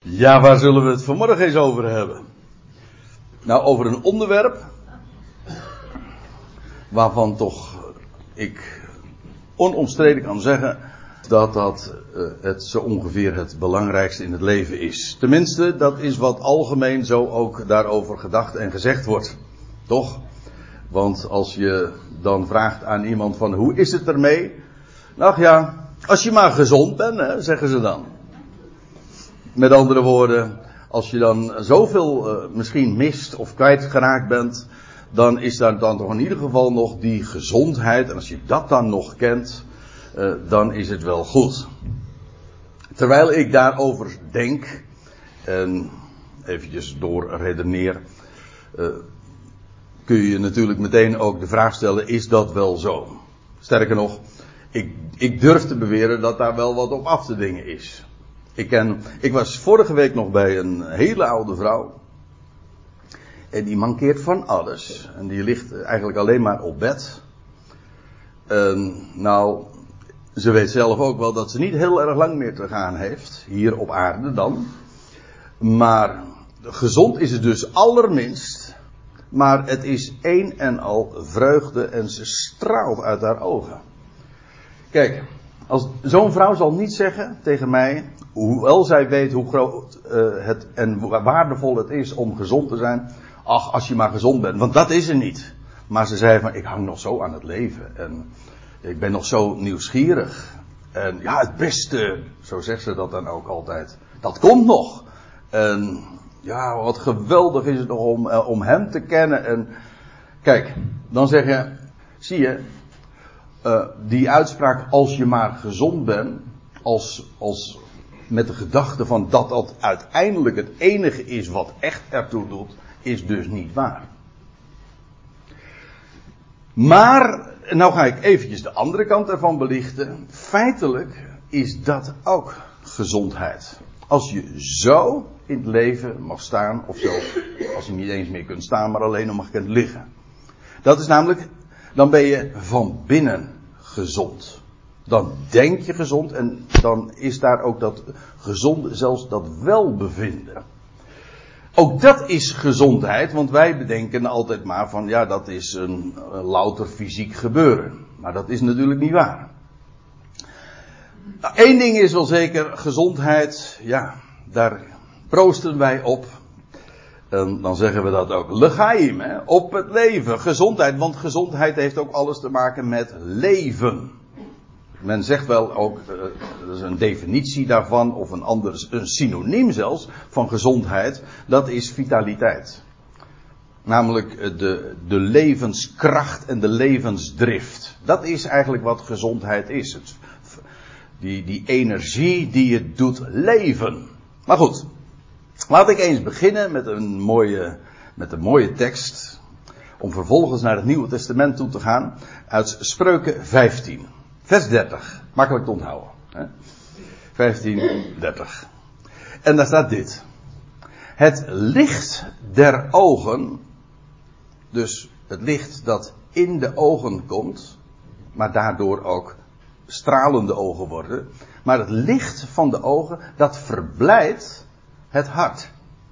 Ja, waar zullen we het vanmorgen eens over hebben? Nou, over een onderwerp waarvan toch ik onomstreden kan zeggen dat het zo ongeveer het belangrijkste in het leven is. Tenminste, dat is wat algemeen zo ook daarover gedacht en gezegd wordt. Toch? Want als je dan vraagt aan iemand van hoe is het ermee? Nou ja, als je maar gezond bent, hè, zeggen ze dan. Met andere woorden, als je dan zoveel misschien mist of kwijtgeraakt bent, dan is daar dan toch in ieder geval nog die gezondheid. En als je dat dan nog kent, dan is het wel goed. Terwijl ik daarover denk, en eventjes doorredeneer, kun je natuurlijk meteen ook de vraag stellen, is dat wel zo? Sterker nog, ik durf te beweren dat daar wel wat op af te dingen is. Ik was vorige week nog bij een hele oude vrouw. En die mankeert van alles. En die ligt eigenlijk alleen maar op bed. Nou, ze weet zelf ook wel dat ze niet heel erg lang meer te gaan heeft. Hier op aarde dan. Maar gezond is het dus allerminst. Maar het is een en al vreugde en ze straalt uit haar ogen. Kijk, zo'n vrouw zal niet zeggen tegen mij, hoewel zij weet hoe groot het en waardevol het is om gezond te zijn. Ach, als je maar gezond bent, want dat is er niet. Maar ze zei van, ik hang nog zo aan het leven en ik ben nog zo nieuwsgierig. En ja, het beste, zo zegt ze dat dan ook altijd, dat komt nog. En ja, wat geweldig is het nog om hem te kennen. En kijk, dan zeg je, zie je, die uitspraak, als je maar gezond bent, als met de gedachte van dat uiteindelijk het enige is wat echt ertoe doet, is dus niet waar. Maar, nou ga ik eventjes de andere kant ervan belichten. Feitelijk is dat ook gezondheid. Als je zo in het leven mag staan, of zelfs als je niet eens meer kunt staan, maar alleen nog maar kunt liggen. Dat is namelijk, dan ben je van binnen gezond. Dan denk je gezond en dan is daar ook dat gezonde, zelfs dat welbevinden. Ook dat is gezondheid, want wij bedenken altijd maar van ja, dat is een louter fysiek gebeuren. Maar dat is natuurlijk niet waar. Nou, één ding is wel zeker, gezondheid, ja, daar proosten wij op. En dan zeggen we dat ook. Lechaim, hè, op het leven, gezondheid, want gezondheid heeft ook alles te maken met leven. Men zegt wel ook, dat is een definitie daarvan, of een synoniem zelfs, van gezondheid, dat is vitaliteit. Namelijk de levenskracht en de levensdrift. Dat is eigenlijk wat gezondheid is. Die energie die je doet leven. Maar goed, laat ik eens beginnen met een mooie tekst, om vervolgens naar het Nieuwe Testament toe te gaan, uit Spreuken 15. Vers 30, makkelijk te onthouden. Hè? 15:30. En daar staat dit. Het licht der ogen, dus het licht dat in de ogen komt, maar daardoor ook stralende ogen worden. Maar het licht van de ogen, dat verblijdt het hart.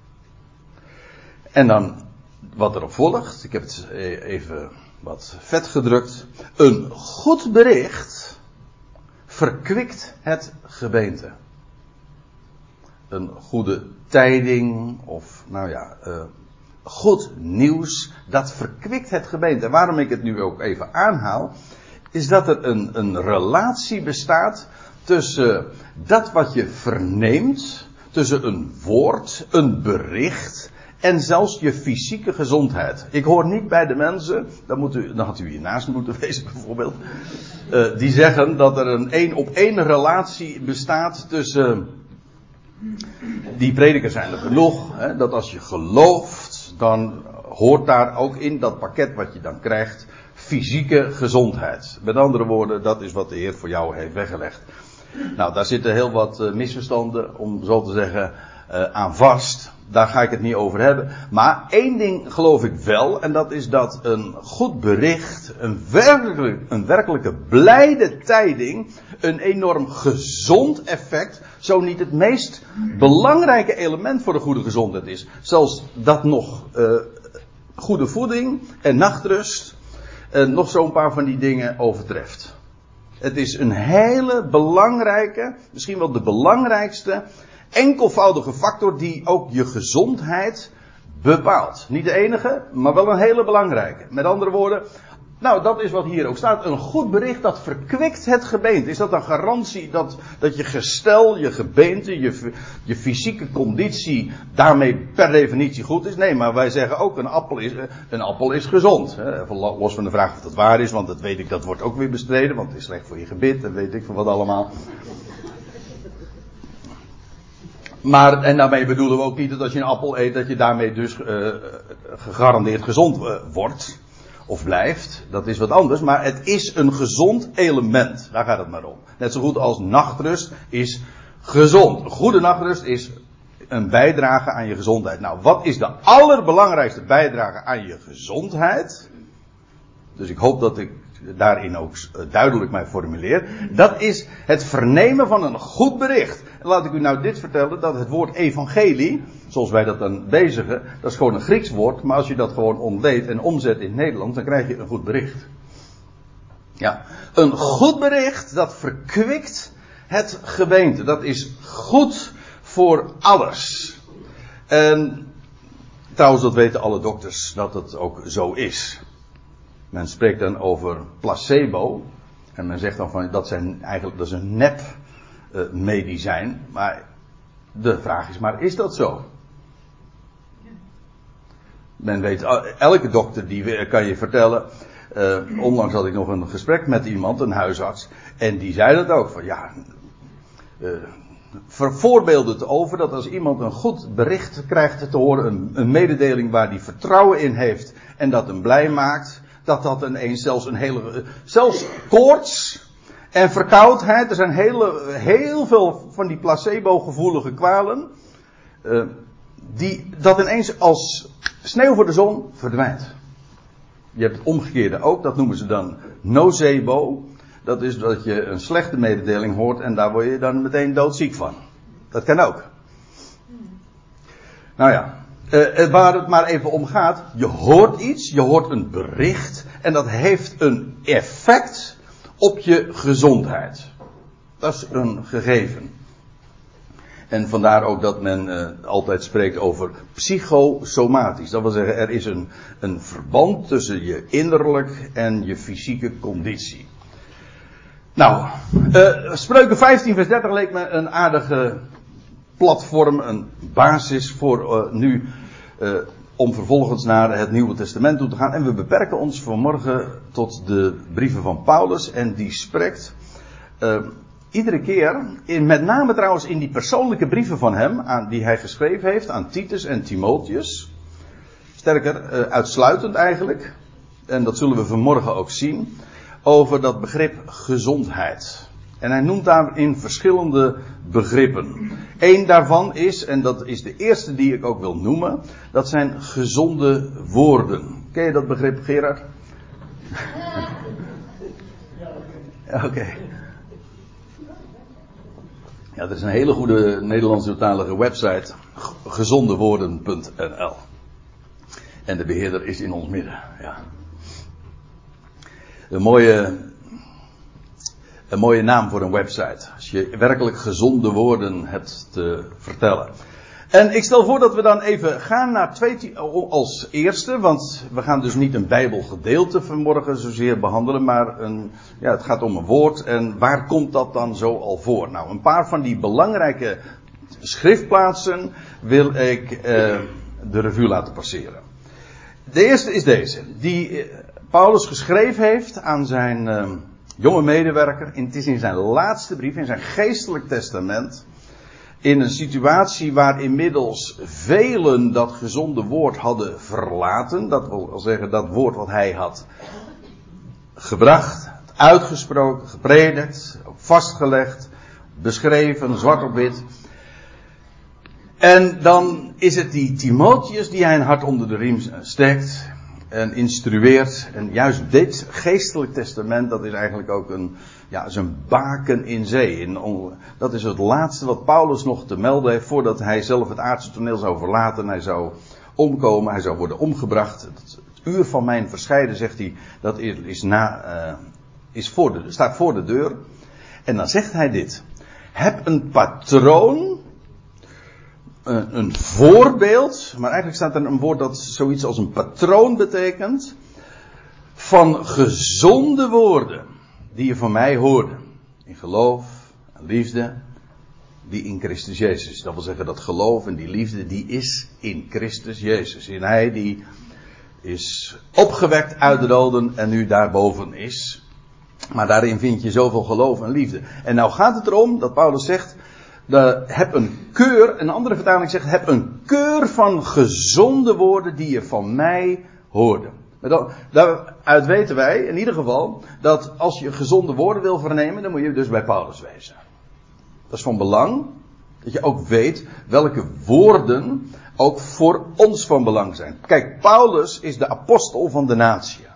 En dan wat erop volgt, ik heb het even wat vet gedrukt. Een goed bericht verkwikt het gebeente. Een goede tijding of goed nieuws, dat verkwikt het gebeente. En waarom ik het nu ook even aanhaal, is dat er een relatie bestaat tussen dat wat je verneemt, tussen een woord, een bericht en zelfs je fysieke gezondheid. Ik hoor niet bij de mensen, dan had u hiernaast moeten wezen bijvoorbeeld, die zeggen dat er een 1-op-1 relatie bestaat tussen, die predikers zijn er genoeg, hè, dat als je gelooft, dan hoort daar ook in dat pakket wat je dan krijgt, fysieke gezondheid. Met andere woorden, dat is wat de Heer voor jou heeft weggelegd. Nou, daar zitten heel wat misverstanden, om zo te zeggen, aan vast. daar ga ik het niet over hebben. Maar één ding geloof ik wel. En dat is dat een goed bericht, een werkelijke blijde tijding, een enorm gezond effect, zo niet het meest belangrijke element voor de goede gezondheid is. Zelfs dat nog goede voeding en nachtrust nog zo'n paar van die dingen overtreft. Het is een hele belangrijke, misschien wel de belangrijkste, enkelvoudige factor die ook je gezondheid bepaalt. Niet de enige, maar wel een hele belangrijke. Met andere woorden, nou dat is wat hier ook staat. Een goed bericht dat verkwikt het gebeente. Is dat een garantie dat je gestel, je gebeente, je fysieke conditie daarmee per definitie goed is? Nee, maar wij zeggen ook een appel is gezond. Even los van de vraag of dat waar is, want dat weet ik, dat wordt ook weer bestreden. Want het is slecht voor je gebit en weet ik van wat allemaal. Maar, en daarmee bedoelen we ook niet dat als je een appel eet, dat je daarmee dus gegarandeerd gezond wordt. Of blijft. Dat is wat anders. Maar het is een gezond element. Daar gaat het maar om. Net zo goed als nachtrust is gezond. Een goede nachtrust is een bijdrage aan je gezondheid. Nou, wat is de allerbelangrijkste bijdrage aan je gezondheid? Dus ik hoop dat ik daarin ook duidelijk mij formuleer. Dat is het vernemen van een goed bericht. En laat ik u nou dit vertellen, dat het woord evangelie, zoals wij dat dan bezigen, dat is gewoon een Grieks woord, maar als je dat gewoon ontleedt en omzet in Nederland, dan krijg je een goed bericht. Ja, een goed bericht, dat verkwikt het gebeente. Dat is goed voor alles. En trouwens, dat weten alle dokters, dat het ook zo is. Men spreekt dan over placebo. En men zegt dan van dat is een nep medicijn. Maar de vraag is maar, is dat zo? Men weet, elke dokter die kan je vertellen. Onlangs had ik nog een gesprek met iemand, een huisarts. En die zei dat ook. Van ja, voorbeeld het over dat als iemand een goed bericht krijgt te horen. Een mededeling waar hij vertrouwen in heeft. En dat hem blij maakt. Dat ineens zelfs koorts en verkoudheid, er zijn heel veel van die placebo-gevoelige kwalen, dat ineens als sneeuw voor de zon verdwijnt. Je hebt het omgekeerde ook, dat noemen ze dan nocebo. Dat is dat je een slechte mededeling hoort en daar word je dan meteen doodziek van. Dat kan ook. Nou ja. Waar het maar even om gaat, je hoort iets, je hoort een bericht en dat heeft een effect op je gezondheid. Dat is een gegeven. En vandaar ook dat men altijd spreekt over psychosomatisch. Dat wil zeggen, er is een verband tussen je innerlijk en je fysieke conditie. Nou, Spreuken 15 vers 30 leek me een aardige platform, een basis voor nu om vervolgens naar het Nieuwe Testament toe te gaan. En we beperken ons vanmorgen tot de brieven van Paulus. En die spreekt iedere keer, met name trouwens in die persoonlijke brieven van hem, die hij geschreven heeft aan Titus en Timotheus. Sterker, uitsluitend eigenlijk. En dat zullen we vanmorgen ook zien. Over dat begrip gezondheid. En hij noemt daarin verschillende begrippen. Eén daarvan is, en dat is de eerste die ik ook wil noemen, dat zijn gezonde woorden. Ken je dat begrip, Gerard? Ja, oké. Ja, er is een hele goede Nederlandstalige website, gezondewoorden.nl. En de beheerder is in ons midden, ja. Een mooie naam voor een website. Als je werkelijk gezonde woorden hebt te vertellen. En ik stel voor dat we dan even gaan naar als eerste. Want we gaan dus niet een bijbelgedeelte vanmorgen zozeer behandelen. Maar het gaat om een woord. En waar komt dat dan zo al voor? Nou, een paar van die belangrijke schriftplaatsen wil ik de revue laten passeren. De eerste is deze. Die Paulus geschreven heeft aan zijn jonge medewerker. Het is in zijn laatste brief, in zijn geestelijk testament. In een situatie waar inmiddels velen dat gezonde woord hadden verlaten. Dat wil zeggen, dat woord wat hij had gebracht, uitgesproken, gepredikt, vastgelegd, beschreven, zwart op wit. En dan is het die Timotheus die hij een hart onder de riem steekt en instrueert. En juist dit geestelijk testament, dat is eigenlijk ook een baken in zee. Dat is het laatste wat Paulus nog te melden heeft voordat hij zelf het aardse toneel zou verlaten. Hij zou omkomen, hij zou worden omgebracht. Het uur van mijn verscheiden, zegt hij, dat staat voor de deur. En dan zegt hij dit: heb een patroon, een voorbeeld, maar eigenlijk staat er een woord dat zoiets als een patroon betekent, van gezonde woorden die je van mij hoorde. In geloof en liefde, die in Christus Jezus. Dat wil zeggen, dat geloof en die liefde, die is in Christus Jezus. In Hij die is opgewekt uit de doden en nu daarboven is. Maar daarin vind je zoveel geloof en liefde. En nou gaat het erom dat Paulus zegt, heb een keur, een andere vertaling zegt, heb een keur van gezonde woorden die je van mij hoorde. Daaruit weten wij in ieder geval dat als je gezonde woorden wil vernemen, dan moet je dus bij Paulus wezen. Dat is van belang, dat je ook weet welke woorden ook voor ons van belang zijn. Kijk, Paulus is de apostel van de natie.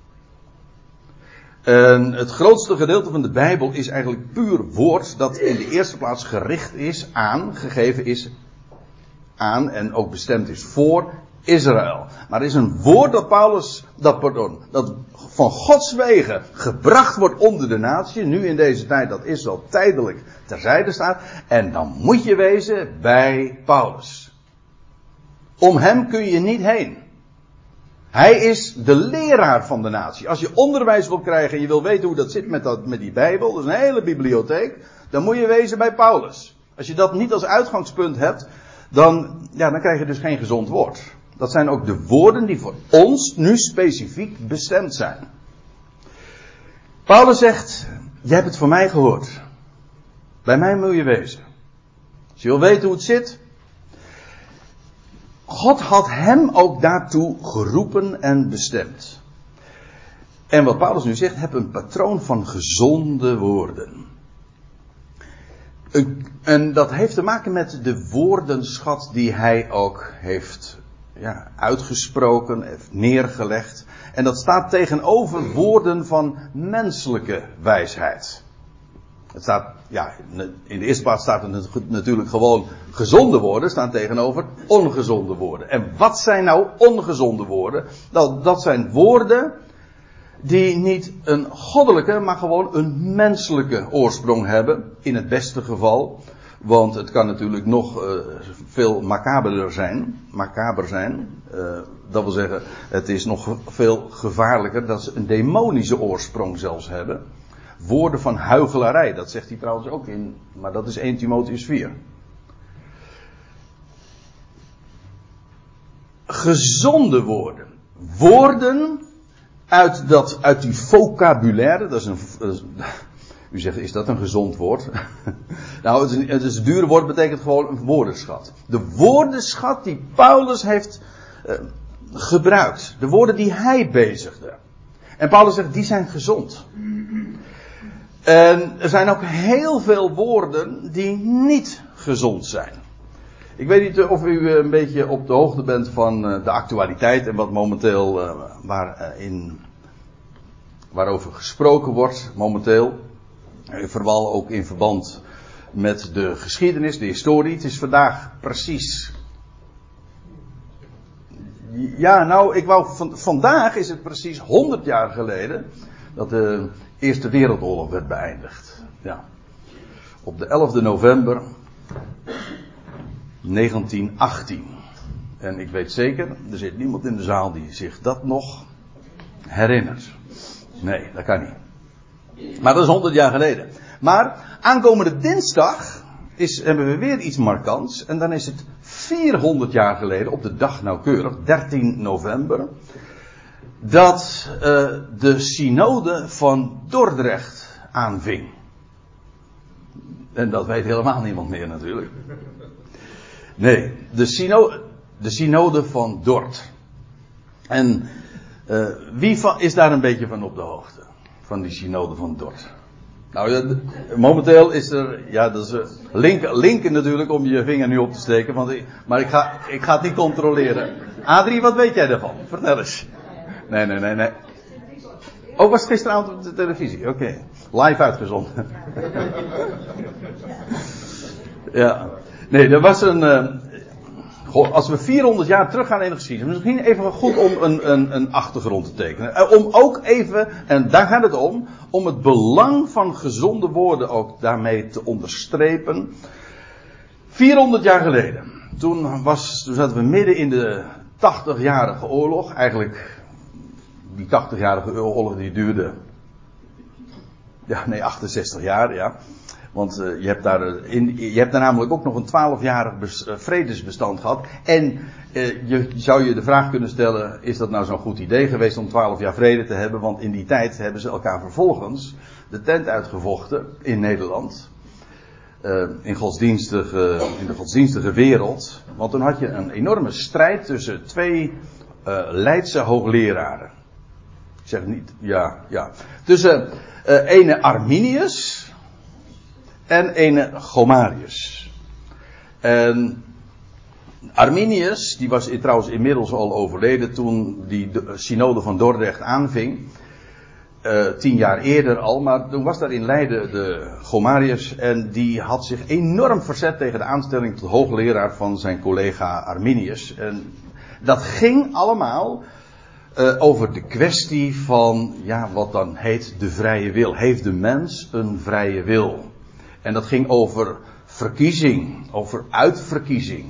En het grootste gedeelte van de Bijbel is eigenlijk puur woord dat in de eerste plaats gericht is aan, gegeven is aan en ook bestemd is voor Israël. Maar er is een woord dat van Gods wegen gebracht wordt onder de natie, nu in deze tijd dat Israël tijdelijk terzijde staat. En dan moet je wezen bij Paulus. Om hem kun je niet heen. Hij is de leraar van de natie. Als je onderwijs wil krijgen en je wil weten hoe dat zit met die Bijbel, dat is een hele bibliotheek, dan moet je wezen bij Paulus. Als je dat niet als uitgangspunt hebt, dan krijg je dus geen gezond woord. Dat zijn ook de woorden die voor ons nu specifiek bestemd zijn. Paulus zegt, je hebt het van mij gehoord. Bij mij moet je wezen. Als je wil weten hoe het zit. God had hem ook daartoe geroepen en bestemd. En wat Paulus nu zegt, heb een patroon van gezonde woorden. En dat heeft te maken met de woordenschat die hij ook heeft uitgesproken, heeft neergelegd. En dat staat tegenover woorden van menselijke wijsheid. Het staat, in de eerste plaats staat het natuurlijk gewoon gezonde woorden staan tegenover ongezonde woorden. En wat zijn nou ongezonde woorden? Nou, dat zijn woorden die niet een goddelijke, maar gewoon een menselijke oorsprong hebben. In het beste geval. Want het kan natuurlijk nog veel macaber zijn. Dat wil zeggen, het is nog veel gevaarlijker dat ze een demonische oorsprong zelfs hebben. Woorden van huichelarij, dat zegt hij trouwens ook in, maar dat is 1 Timotheus 4. Gezonde woorden. Woorden uit die vocabulaire, u zegt, is dat een gezond woord? Nou, het is een dure woord, betekent gewoon een woordenschat. De woordenschat die Paulus heeft gebruikt. De woorden die hij bezigde. En Paulus zegt, die zijn gezond. En er zijn ook heel veel woorden die niet gezond zijn. Ik weet niet of u een beetje op de hoogte bent van de actualiteit en wat momenteel waarover gesproken wordt momenteel. Vooral ook in verband met de geschiedenis, de historie. Het is vandaag precies. Vandaag is het precies 100 jaar geleden dat de Eerste Wereldoorlog werd beëindigd. Ja. Op de 11e november 1918. En ik weet zeker, er zit niemand in de zaal die zich dat nog herinnert. Nee, dat kan niet. Maar dat is 100 jaar geleden. Maar aankomende dinsdag hebben we weer iets markants. En dan is het 400 jaar geleden, op de dag nauwkeurig, 13 november... dat de synode van Dordrecht aanving. En dat weet helemaal niemand meer natuurlijk. Nee, de synode van Dort. En wie is daar een beetje van op de hoogte? Van die synode van Dort. Nou, momenteel is er, ja, dat is linken natuurlijk om je vinger nu op te steken, maar ik ga het niet controleren. Adrie, wat weet jij daarvan? Vertel eens. Nee. Oh, was het gisteravond op de televisie? Oké. Live uitgezonden. Ja. Nee, er was als we 400 jaar teruggaan in de geschiedenis, misschien even goed om een achtergrond te tekenen. Om ook even, en daar gaat het om het belang van gezonde woorden ook daarmee te onderstrepen. 400 jaar geleden, toen zaten we midden in de 80-jarige oorlog. Eigenlijk, die 80-jarige oorlog die duurde, 68 jaar, ja. Want je hebt daar namelijk ook nog een 12-jarig vredesbestand gehad. En zou je de vraag kunnen stellen, is dat nou zo'n goed idee geweest om 12 jaar vrede te hebben? Want in die tijd hebben ze elkaar vervolgens de tent uitgevochten in Nederland. In de godsdienstige wereld. Want toen had je een enorme strijd tussen twee Leidse hoogleraren. Ik zeg niet, ja. Tussen ene Arminius en ene Gomarius. En Arminius, die was trouwens inmiddels al overleden toen die synode van Dordrecht aanving. 10 jaar eerder al, maar toen was daar in Leiden de Gomarius en die had zich enorm verzet tegen de aanstelling tot hoogleraar van zijn collega Arminius. En dat ging allemaal over de kwestie van, wat dan heet de vrije wil. Heeft de mens een vrije wil? En dat ging over verkiezing, over uitverkiezing,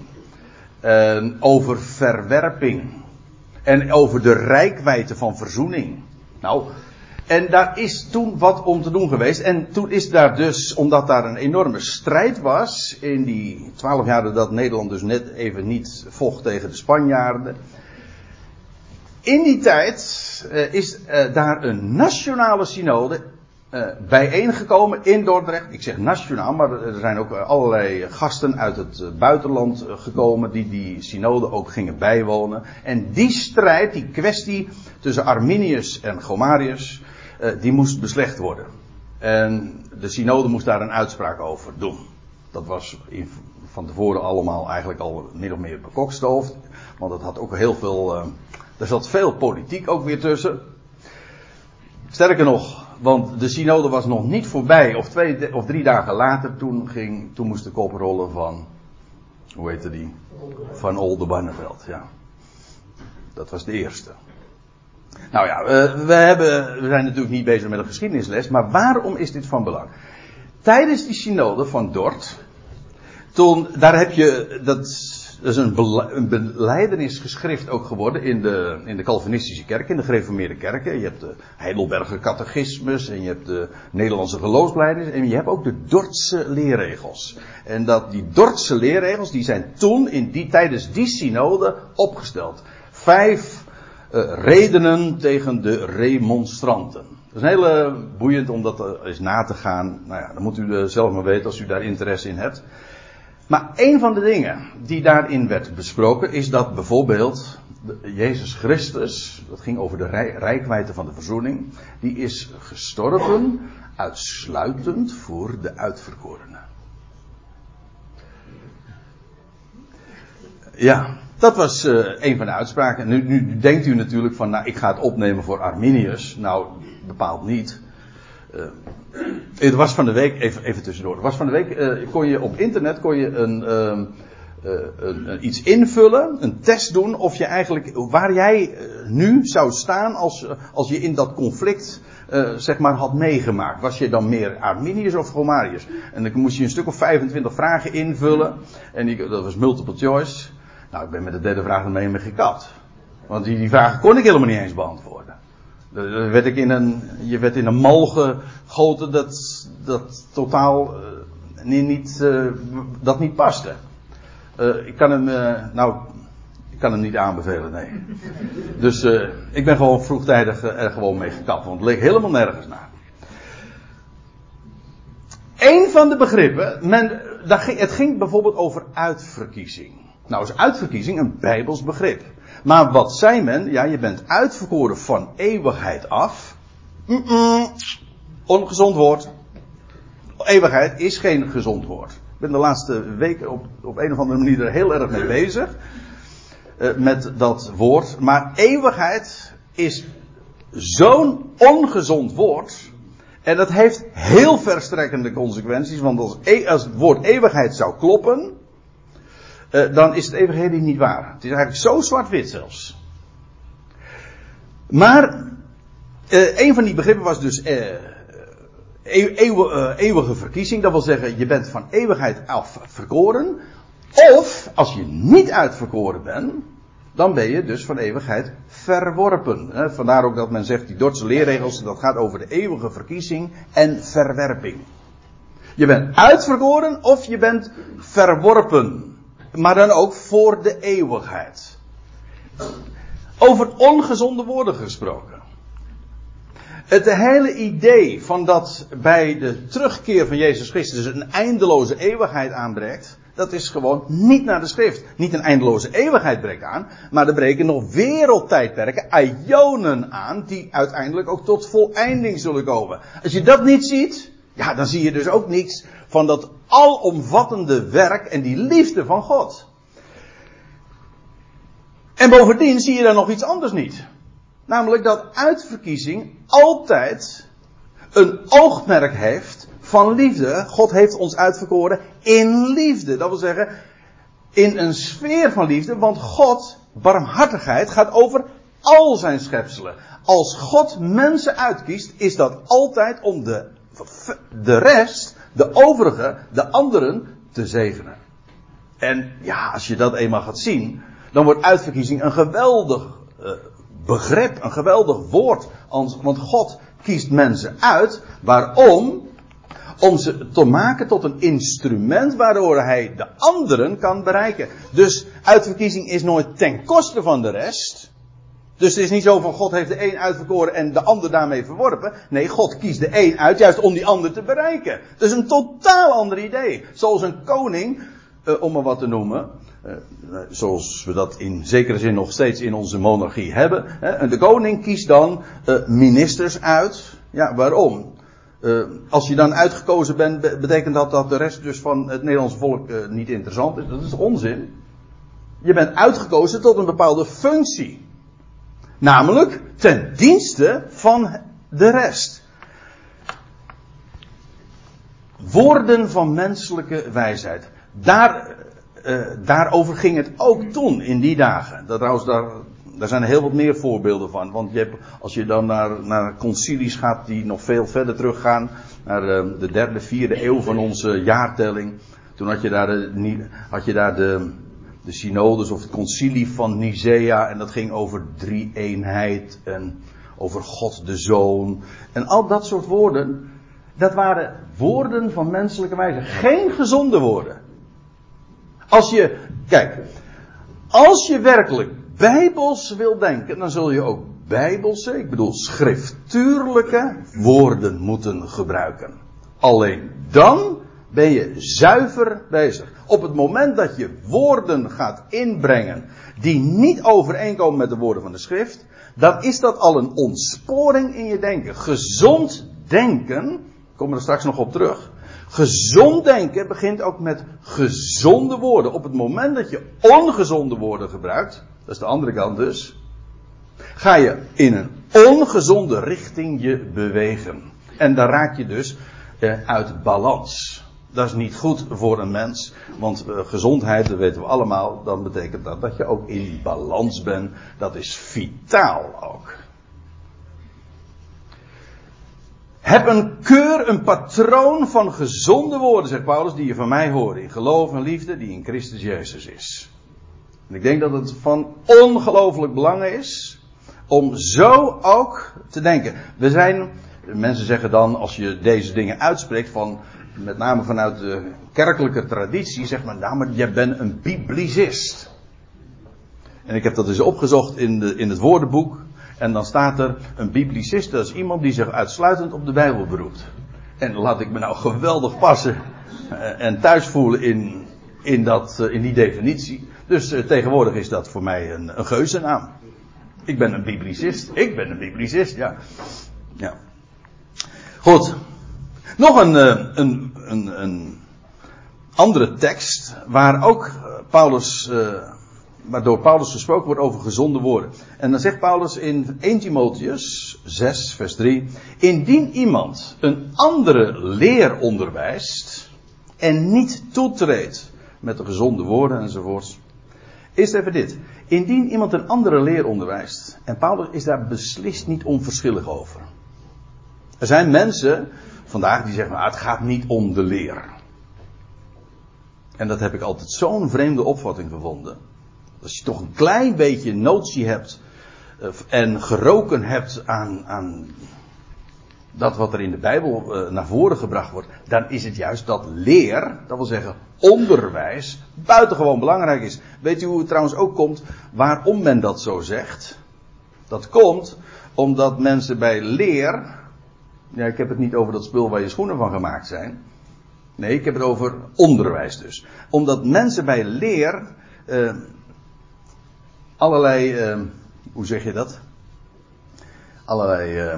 over verwerping en over de reikwijdte van verzoening. Nou, en daar is toen wat om te doen geweest. En toen is daar dus, omdat daar een enorme strijd was, in die 12 jaar dat Nederland dus net even niet vocht tegen de Spanjaarden. In die tijd is daar een nationale synode bijeengekomen in Dordrecht. Ik zeg nationaal, maar er zijn ook allerlei gasten uit het buitenland gekomen die synode ook gingen bijwonen. En die strijd, die kwestie tussen Arminius en Gomarius, die moest beslecht worden. En de synode moest daar een uitspraak over doen. Dat was van tevoren allemaal eigenlijk al min of meer bekokstoofd. Want het had ook heel veel, er zat veel politiek ook weer tussen. Sterker nog, want de synode was nog niet voorbij, of 2 of 3 dagen later, toen moest de kop rollen van, hoe heette die? Van Oldenbarneveld, ja. Dat was de eerste. Nou ja, we zijn natuurlijk niet bezig met een geschiedenisles, maar waarom is dit van belang? Tijdens die synode van Dort, daar heb je, dat is een belijdenisgeschrift ook geworden in de Calvinistische kerk, in de gereformeerde kerken. Je hebt de Heidelberger catechismus en je hebt de Nederlandse geloofsbelijdenis en je hebt ook de Dordtse leerregels. En die Dordtse leerregels, die zijn toen tijdens die synode opgesteld. 5 redenen tegen de remonstranten. Dat is heel boeiend om dat eens na te gaan. Nou ja, dan moet u zelf maar weten als u daar interesse in hebt. Maar een van de dingen die daarin werd besproken is dat bijvoorbeeld Jezus Christus, dat ging over de reikwijdte van de verzoening, die is gestorven uitsluitend voor de uitverkorenen. Ja, dat was een van de uitspraken. Nu denkt u natuurlijk van, ik ga het opnemen voor Arminius. Nou, bepaald niet. Het was van de week, even tussendoor. Het was van de week, kon je op internet iets invullen, een test doen of je eigenlijk, waar jij nu zou staan als je in dat conflict, zeg maar, had meegemaakt. Was je dan meer Arminius of Gomarius? En dan moest je een stuk of 25 vragen invullen. En dat was multiple choice. Nou, ik ben met de derde vraag ermee gekapt. Want die vragen kon ik helemaal niet eens beantwoorden. Je werd in een mal gegoten dat totaal dat niet paste. Ik kan hem niet aanbevelen, nee. Dus ik ben gewoon vroegtijdig er gewoon mee gekapt, want het leek helemaal nergens naar. Eén van de begrippen, het ging bijvoorbeeld over uitverkiezing. Nou is uitverkiezing een Bijbels begrip. Maar wat zei men? Ja, je bent uitverkoren van eeuwigheid af. Ongezond woord. Eeuwigheid is geen gezond woord. Ik ben de laatste weken op een of andere manier er heel erg mee bezig. Met dat woord. Maar eeuwigheid is zo'n ongezond woord. En dat heeft heel verstrekkende consequenties. Want als het woord eeuwigheid zou kloppen, dan is het evangelie niet waar. Het is eigenlijk zo zwart-wit zelfs. Maar een van die begrippen was dus eeuwige verkiezing. Dat wil zeggen, je bent van eeuwigheid af verkoren. Of, als je niet uitverkoren bent, dan ben je dus van eeuwigheid verworpen. Vandaar ook dat men zegt, die Dordtse leerregels, dat gaat over de eeuwige verkiezing en verwerping. Je bent uitverkoren of je bent verworpen. Maar dan ook voor de eeuwigheid. Over ongezonde woorden gesproken. Het hele idee van dat bij de terugkeer van Jezus Christus een eindeloze eeuwigheid aanbreekt, dat is gewoon niet naar de schrift. Niet een eindeloze eeuwigheid breekt aan, maar er breken nog wereldtijdperken, aionen aan, die uiteindelijk ook tot voleinding zullen komen. Als je dat niet ziet, ja, dan zie je dus ook niets van dat alomvattende werk en die liefde van God. En bovendien zie je dan nog iets anders niet. Namelijk dat uitverkiezing altijd een oogmerk heeft van liefde. God heeft ons uitverkoren in liefde. Dat wil zeggen, in een sfeer van liefde. Want God, barmhartigheid, gaat over al zijn schepselen. Als God mensen uitkiest, is dat altijd om de rest, de overige, de anderen te zegenen. En ja, als je dat eenmaal gaat zien, dan wordt uitverkiezing een geweldig begrip, een geweldig woord. Want God kiest mensen uit. Waarom? Om ze te maken tot een instrument waardoor hij de anderen kan bereiken. Dus uitverkiezing is nooit ten koste van de rest. Dus het is niet zo van God heeft de een uitverkoren en de ander daarmee verworpen. Nee, God kiest de een uit juist om die ander te bereiken. Dat is een totaal ander idee. Zoals een koning, om maar wat te noemen, zoals we dat in zekere zin nog steeds in onze monarchie hebben. En de koning kiest dan ministers uit. Ja, waarom? Als je dan uitgekozen bent, betekent dat de rest dus van het Nederlandse volk niet interessant is. Dat is onzin. Je bent uitgekozen tot een bepaalde functie. Namelijk ten dienste van de rest. Woorden van menselijke wijsheid. Daarover ging het ook toen, in die dagen. Daar zijn er heel wat meer voorbeelden van. Want als je dan naar concilies gaat die nog veel verder teruggaan. Naar de 3e, 4e eeuw van onze jaartelling. Toen had je daar de synodes of het concilie van Nicea. En dat ging over drie-eenheid en over God de Zoon. En al dat soort woorden. Dat waren woorden van menselijke wijsheid. Geen gezonde woorden. Als je werkelijk bijbels wil denken, dan zul je ook bijbelse, ik bedoel schriftuurlijke woorden moeten gebruiken. Alleen dan ben je zuiver bezig. Op het moment dat je woorden gaat inbrengen die niet overeenkomen met de woorden van de schrift, dan is dat al een ontsporing in je denken. Gezond denken, ik kom er straks nog op terug. Gezond denken begint ook met gezonde woorden. Op het moment dat je ongezonde woorden gebruikt, dat is de andere kant dus, ga je in een ongezonde richting je bewegen. En dan raak je dus uit balans. Dat is niet goed voor een mens, want gezondheid, dat weten we allemaal, dan betekent dat je ook in balans bent. Dat is vitaal ook. Heb een patroon van gezonde woorden, zegt Paulus, die je van mij hoort in geloof en liefde, die in Christus Jezus is. En ik denk dat het van ongelooflijk belang is om zo ook te denken. Mensen zeggen dan, als je deze dingen uitspreekt, met name vanuit de kerkelijke traditie, zegt men, nou, maar jij bent een biblicist. En ik heb dat eens opgezocht in het woordenboek. En dan staat er, een biblicist, dat is iemand die zich uitsluitend op de Bijbel beroept. En laat ik me nou geweldig passen en thuis voelen in die definitie. Dus tegenwoordig is dat voor mij een geuzennaam. Ik ben een biblicist, ja. Goed. Nog een andere tekst waar ook waardoor Paulus gesproken wordt over gezonde woorden. En dan zegt Paulus in 1 Timotheus 6 vers 3. Indien iemand een andere leer onderwijst en niet toetreedt met de gezonde woorden enzovoorts. Eerst even dit. Indien iemand een andere leer onderwijst. En Paulus is daar beslist niet onverschillig over. Er zijn mensen vandaag die zeggen, het gaat niet om de leer. En dat heb ik altijd zo'n vreemde opvatting gevonden. Als je toch een klein beetje notie hebt en geroken hebt aan dat wat er in de Bijbel naar voren gebracht wordt, dan is het juist dat leer, dat wil zeggen onderwijs, buitengewoon belangrijk is. Weet u hoe het trouwens ook komt waarom men dat zo zegt? Dat komt omdat mensen bij leer, ja, ik heb het niet over dat spul waar je schoenen van gemaakt zijn. Nee, ik heb het over onderwijs dus. Omdat mensen bij leer allerlei, hoe zeg je dat? Allerlei,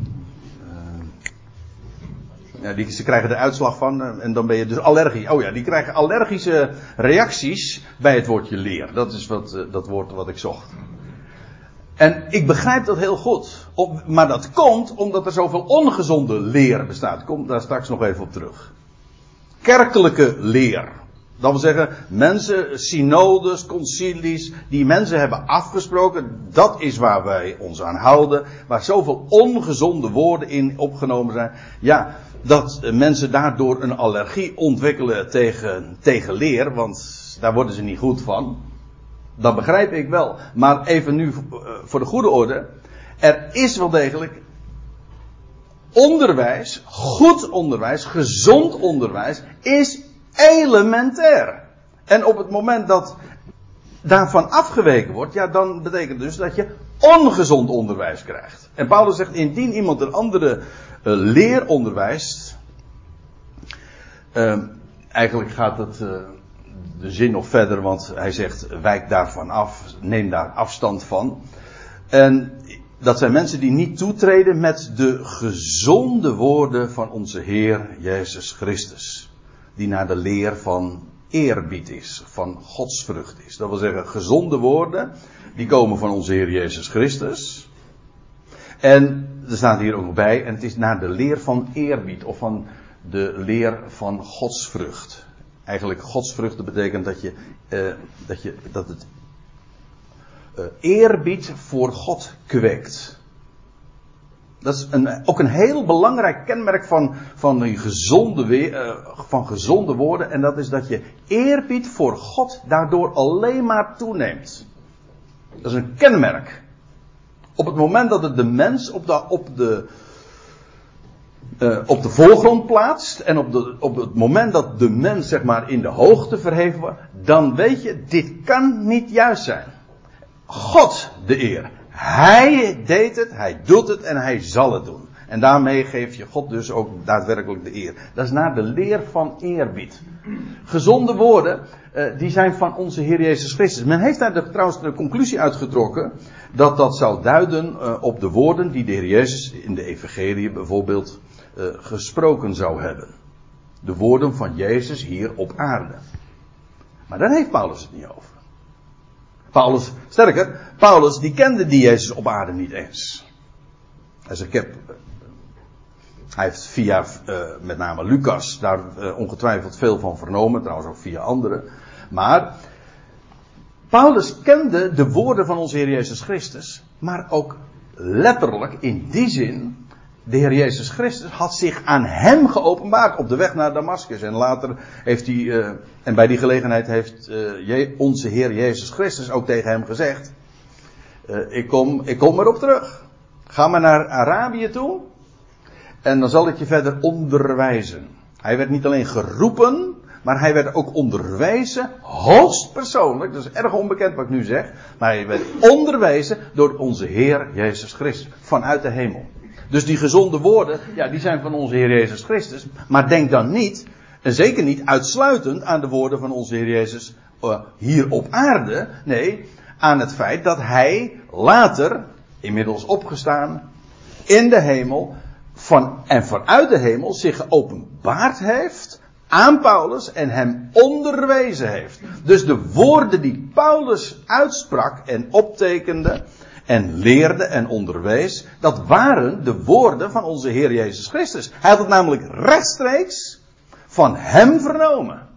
ze krijgen de uitslag van en dan ben je dus allergisch. Oh ja, die krijgen allergische reacties bij het woordje leer. Dat is dat woord wat ik zocht. En ik begrijp dat heel goed. Maar dat komt omdat er zoveel ongezonde leer bestaat. Ik kom daar straks nog even op terug. Kerkelijke leer. Dat wil zeggen, mensen, synodes, concilies, die mensen hebben afgesproken, dat is waar wij ons aan houden, waar zoveel ongezonde woorden in opgenomen zijn. Ja, dat mensen daardoor een allergie ontwikkelen tegen leer, want daar worden ze niet goed van. Dat begrijp ik wel. Maar even nu voor de goede orde, er is wel degelijk onderwijs, goed onderwijs, gezond onderwijs, is elementair. En op het moment dat daarvan afgeweken wordt, ja, dan betekent dus dat je ongezond onderwijs krijgt. En Paulus zegt, indien iemand een andere leer onderwijst, eigenlijk gaat het de zin nog verder, want hij zegt, wijk daarvan af, neem daar afstand van. En dat zijn mensen die niet toetreden met de gezonde woorden van onze Heer Jezus Christus. Die naar de leer van eerbied is, van godsvrucht is. Dat wil zeggen, gezonde woorden, die komen van onze Heer Jezus Christus. En er staat hier ook nog bij, en het is naar de leer van eerbied, of van de leer van godsvrucht. Eigenlijk godsvrucht, dat betekent dat het eerbied voor God kweekt. Dat is ook een heel belangrijk kenmerk van gezonde woorden. En dat is dat je eerbied voor God daardoor alleen maar toeneemt. Dat is een kenmerk. Op het moment dat het de mens op de voorgrond plaatst. En op het moment dat de mens zeg maar in de hoogte verheven wordt. Dan weet je, dit kan niet juist zijn. God de eer. Hij deed het, hij doet het en hij zal het doen. En daarmee geef je God dus ook daadwerkelijk de eer. Dat is naar de leer van eerbied. Gezonde woorden, die zijn van onze Heer Jezus Christus. Men heeft daar trouwens de conclusie uitgetrokken dat zou duiden op de woorden die de Heer Jezus in de evangelie bijvoorbeeld gesproken zou hebben. De woorden van Jezus hier op aarde. Maar daar heeft Paulus het niet over. Paulus die kende die Jezus op aarde niet eens. Hij heeft via met name Lucas daar ongetwijfeld veel van vernomen, trouwens ook via anderen. Maar Paulus kende de woorden van onze Heer Jezus Christus, maar ook letterlijk in die zin, de Heer Jezus Christus had zich aan hem geopenbaard op de weg naar Damascus. En later heeft hij, en bij die gelegenheid heeft onze Heer Jezus Christus ook tegen hem gezegd, ik kom erop terug. Ga maar naar Arabië toe en dan zal ik je verder onderwijzen. Hij werd niet alleen geroepen, maar hij werd ook onderwezen, hoogstpersoonlijk, dat is erg onbekend wat ik nu zeg, maar hij werd onderwezen door onze Heer Jezus Christus, vanuit de hemel. Dus die gezonde woorden, ja, die zijn van onze Heer Jezus Christus, maar denk dan niet, en zeker niet uitsluitend aan de woorden van onze Heer Jezus hier op aarde, nee, aan het feit dat hij later, inmiddels opgestaan, in de hemel, vanuit de hemel zich geopenbaard heeft aan Paulus en hem onderwezen heeft. Dus de woorden die Paulus uitsprak en optekende en leerde en onderwees, dat waren de woorden van onze Heer Jezus Christus. Hij had het namelijk rechtstreeks van hem vernomen.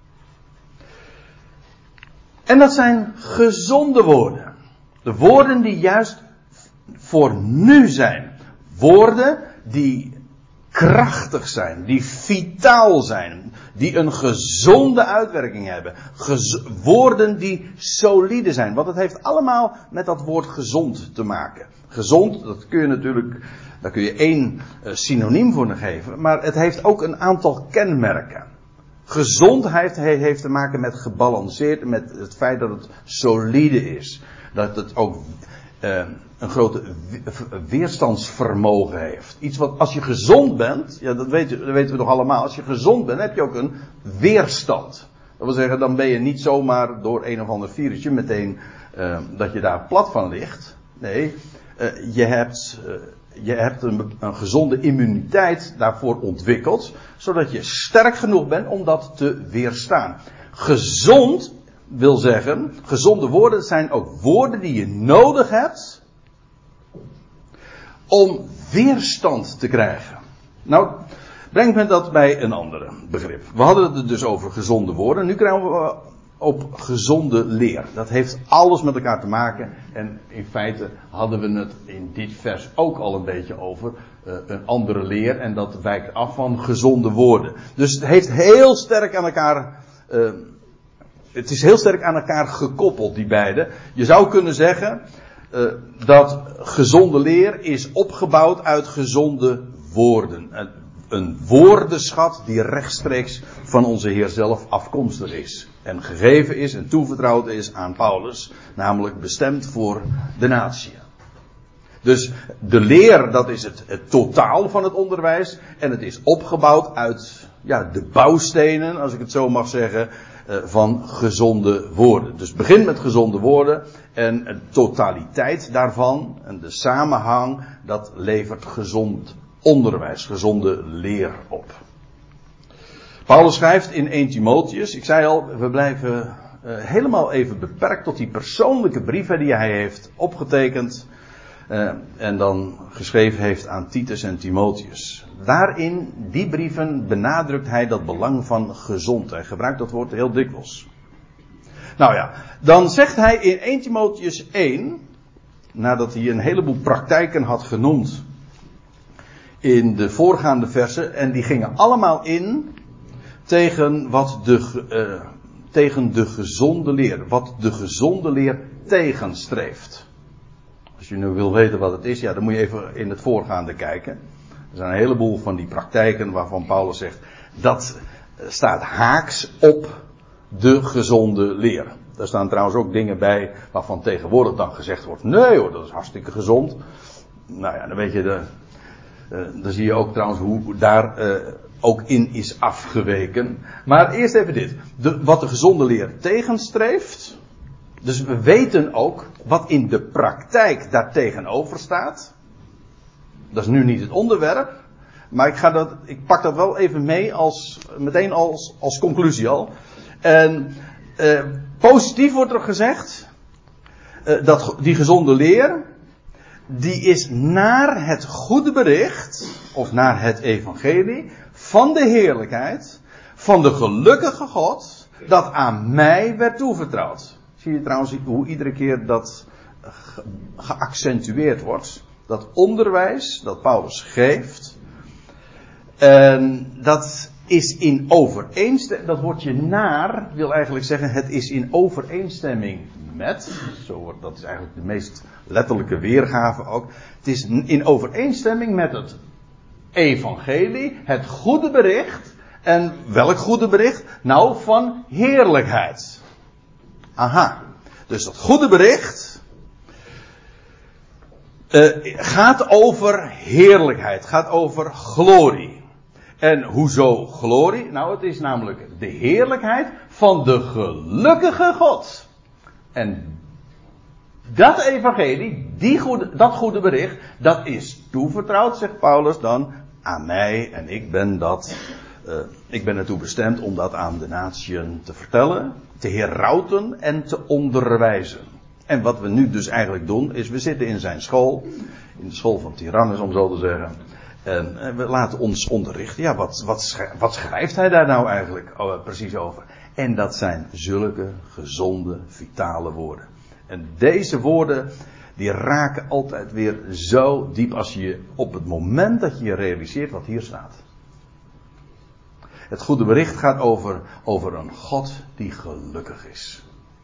En dat zijn gezonde woorden. De woorden die juist voor nu zijn. Woorden die krachtig zijn, die vitaal zijn, die een gezonde uitwerking hebben. Woorden die solide zijn, want het heeft allemaal met dat woord gezond te maken. Gezond, dat kun je natuurlijk, daar kun je één synoniem voor geven, maar het heeft ook een aantal kenmerken. Gezondheid heeft te maken met gebalanceerd, met het feit dat het solide is. Dat het ook een grote weerstandsvermogen heeft. Iets wat, als je gezond bent, ja, dat weten we toch allemaal. Als je gezond bent, heb je ook een weerstand. Dat wil zeggen, dan ben je niet zomaar door een of ander virusje meteen dat je daar plat van ligt. Nee, je hebt een gezonde immuniteit daarvoor ontwikkeld, zodat je sterk genoeg bent om dat te weerstaan. Gezond wil zeggen, gezonde woorden zijn ook woorden die je nodig hebt om weerstand te krijgen. Nou, brengt me dat bij een ander begrip. We hadden het dus over gezonde woorden. Nu krijgen we op gezonde leer. Dat heeft alles met elkaar te maken. En in feite hadden we het in dit vers ook al een beetje over een andere leer. En dat wijkt af van gezonde woorden. Dus het heeft heel sterk aan elkaar... het is heel sterk aan elkaar gekoppeld, die beide. Je zou kunnen zeggen dat gezonde leer is opgebouwd uit gezonde woorden. Een woordenschat die rechtstreeks van onze Heer zelf afkomstig is. En gegeven is en toevertrouwd is aan Paulus. Namelijk bestemd voor de natie. Dus de leer, dat is het totaal van het onderwijs. En het is opgebouwd uit de bouwstenen, als ik het zo mag zeggen, van gezonde woorden. Dus begin met gezonde woorden en de totaliteit daarvan en de samenhang, dat levert gezond onderwijs, gezonde leer op. Paulus schrijft in 1 Timotheus, ik zei al, we blijven helemaal even beperkt tot die persoonlijke brieven die hij heeft opgetekend en dan geschreven heeft aan Titus en Timotheus. Daarin, die brieven, benadrukt hij dat belang van gezond. Hij gebruikt dat woord heel dikwijls. Nou ja, dan zegt hij in 1 Timotheus 1, nadat hij een heleboel praktijken had genoemd in de voorgaande versen, en die gingen allemaal in tegen tegen de gezonde leer, wat de gezonde leer tegenstreeft. Als je nu wil weten wat het is, dan moet je even in het voorgaande kijken. Er zijn een heleboel van die praktijken waarvan Paulus zegt, dat staat haaks op de gezonde leer. Daar staan trouwens ook dingen bij waarvan tegenwoordig dan gezegd wordt, nee hoor, dat is hartstikke gezond. Nou ja, dan weet je, dan zie je ook trouwens hoe daar ook in is afgeweken. Maar eerst even dit. Wat de gezonde leer tegenstreeft. Dus we weten ook wat in de praktijk daartegenover staat. Dat is nu niet het onderwerp. Maar ik pak dat wel even mee meteen als conclusie al. En positief wordt er gezegd dat die gezonde leer, die is naar het goede bericht, of naar het evangelie, van de heerlijkheid, van de gelukkige God, dat aan mij werd toevertrouwd. Zie je trouwens hoe iedere keer dat geaccentueerd wordt. Dat onderwijs dat Paulus geeft. En dat is in overeenstemming. Dat woordje naar wil eigenlijk zeggen, het is in overeenstemming met. Dat is eigenlijk de meest letterlijke weergave ook. Het is in overeenstemming met het evangelie, het goede bericht. En welk goede bericht? Nou, van heerlijkheid. Aha. Dus dat goede bericht gaat over heerlijkheid, gaat over glorie. En hoezo glorie? Nou, het is namelijk de heerlijkheid van de gelukkige God. En dat evangelie, dat goede bericht, dat is toevertrouwd, zegt Paulus dan, aan mij en ik ben ertoe bestemd om dat aan de natieën te vertellen, te herauten en te onderwijzen. En wat we nu dus eigenlijk doen, is we zitten in zijn school, in de school van Tyrannus om zo te zeggen. En we laten ons onderrichten. Ja, wat schrijft hij daar nou eigenlijk precies over? En dat zijn zulke gezonde, vitale woorden. En deze woorden, die raken altijd weer zo diep als je op het moment dat je je realiseert wat hier staat. Het goede bericht gaat over een God die gelukkig is.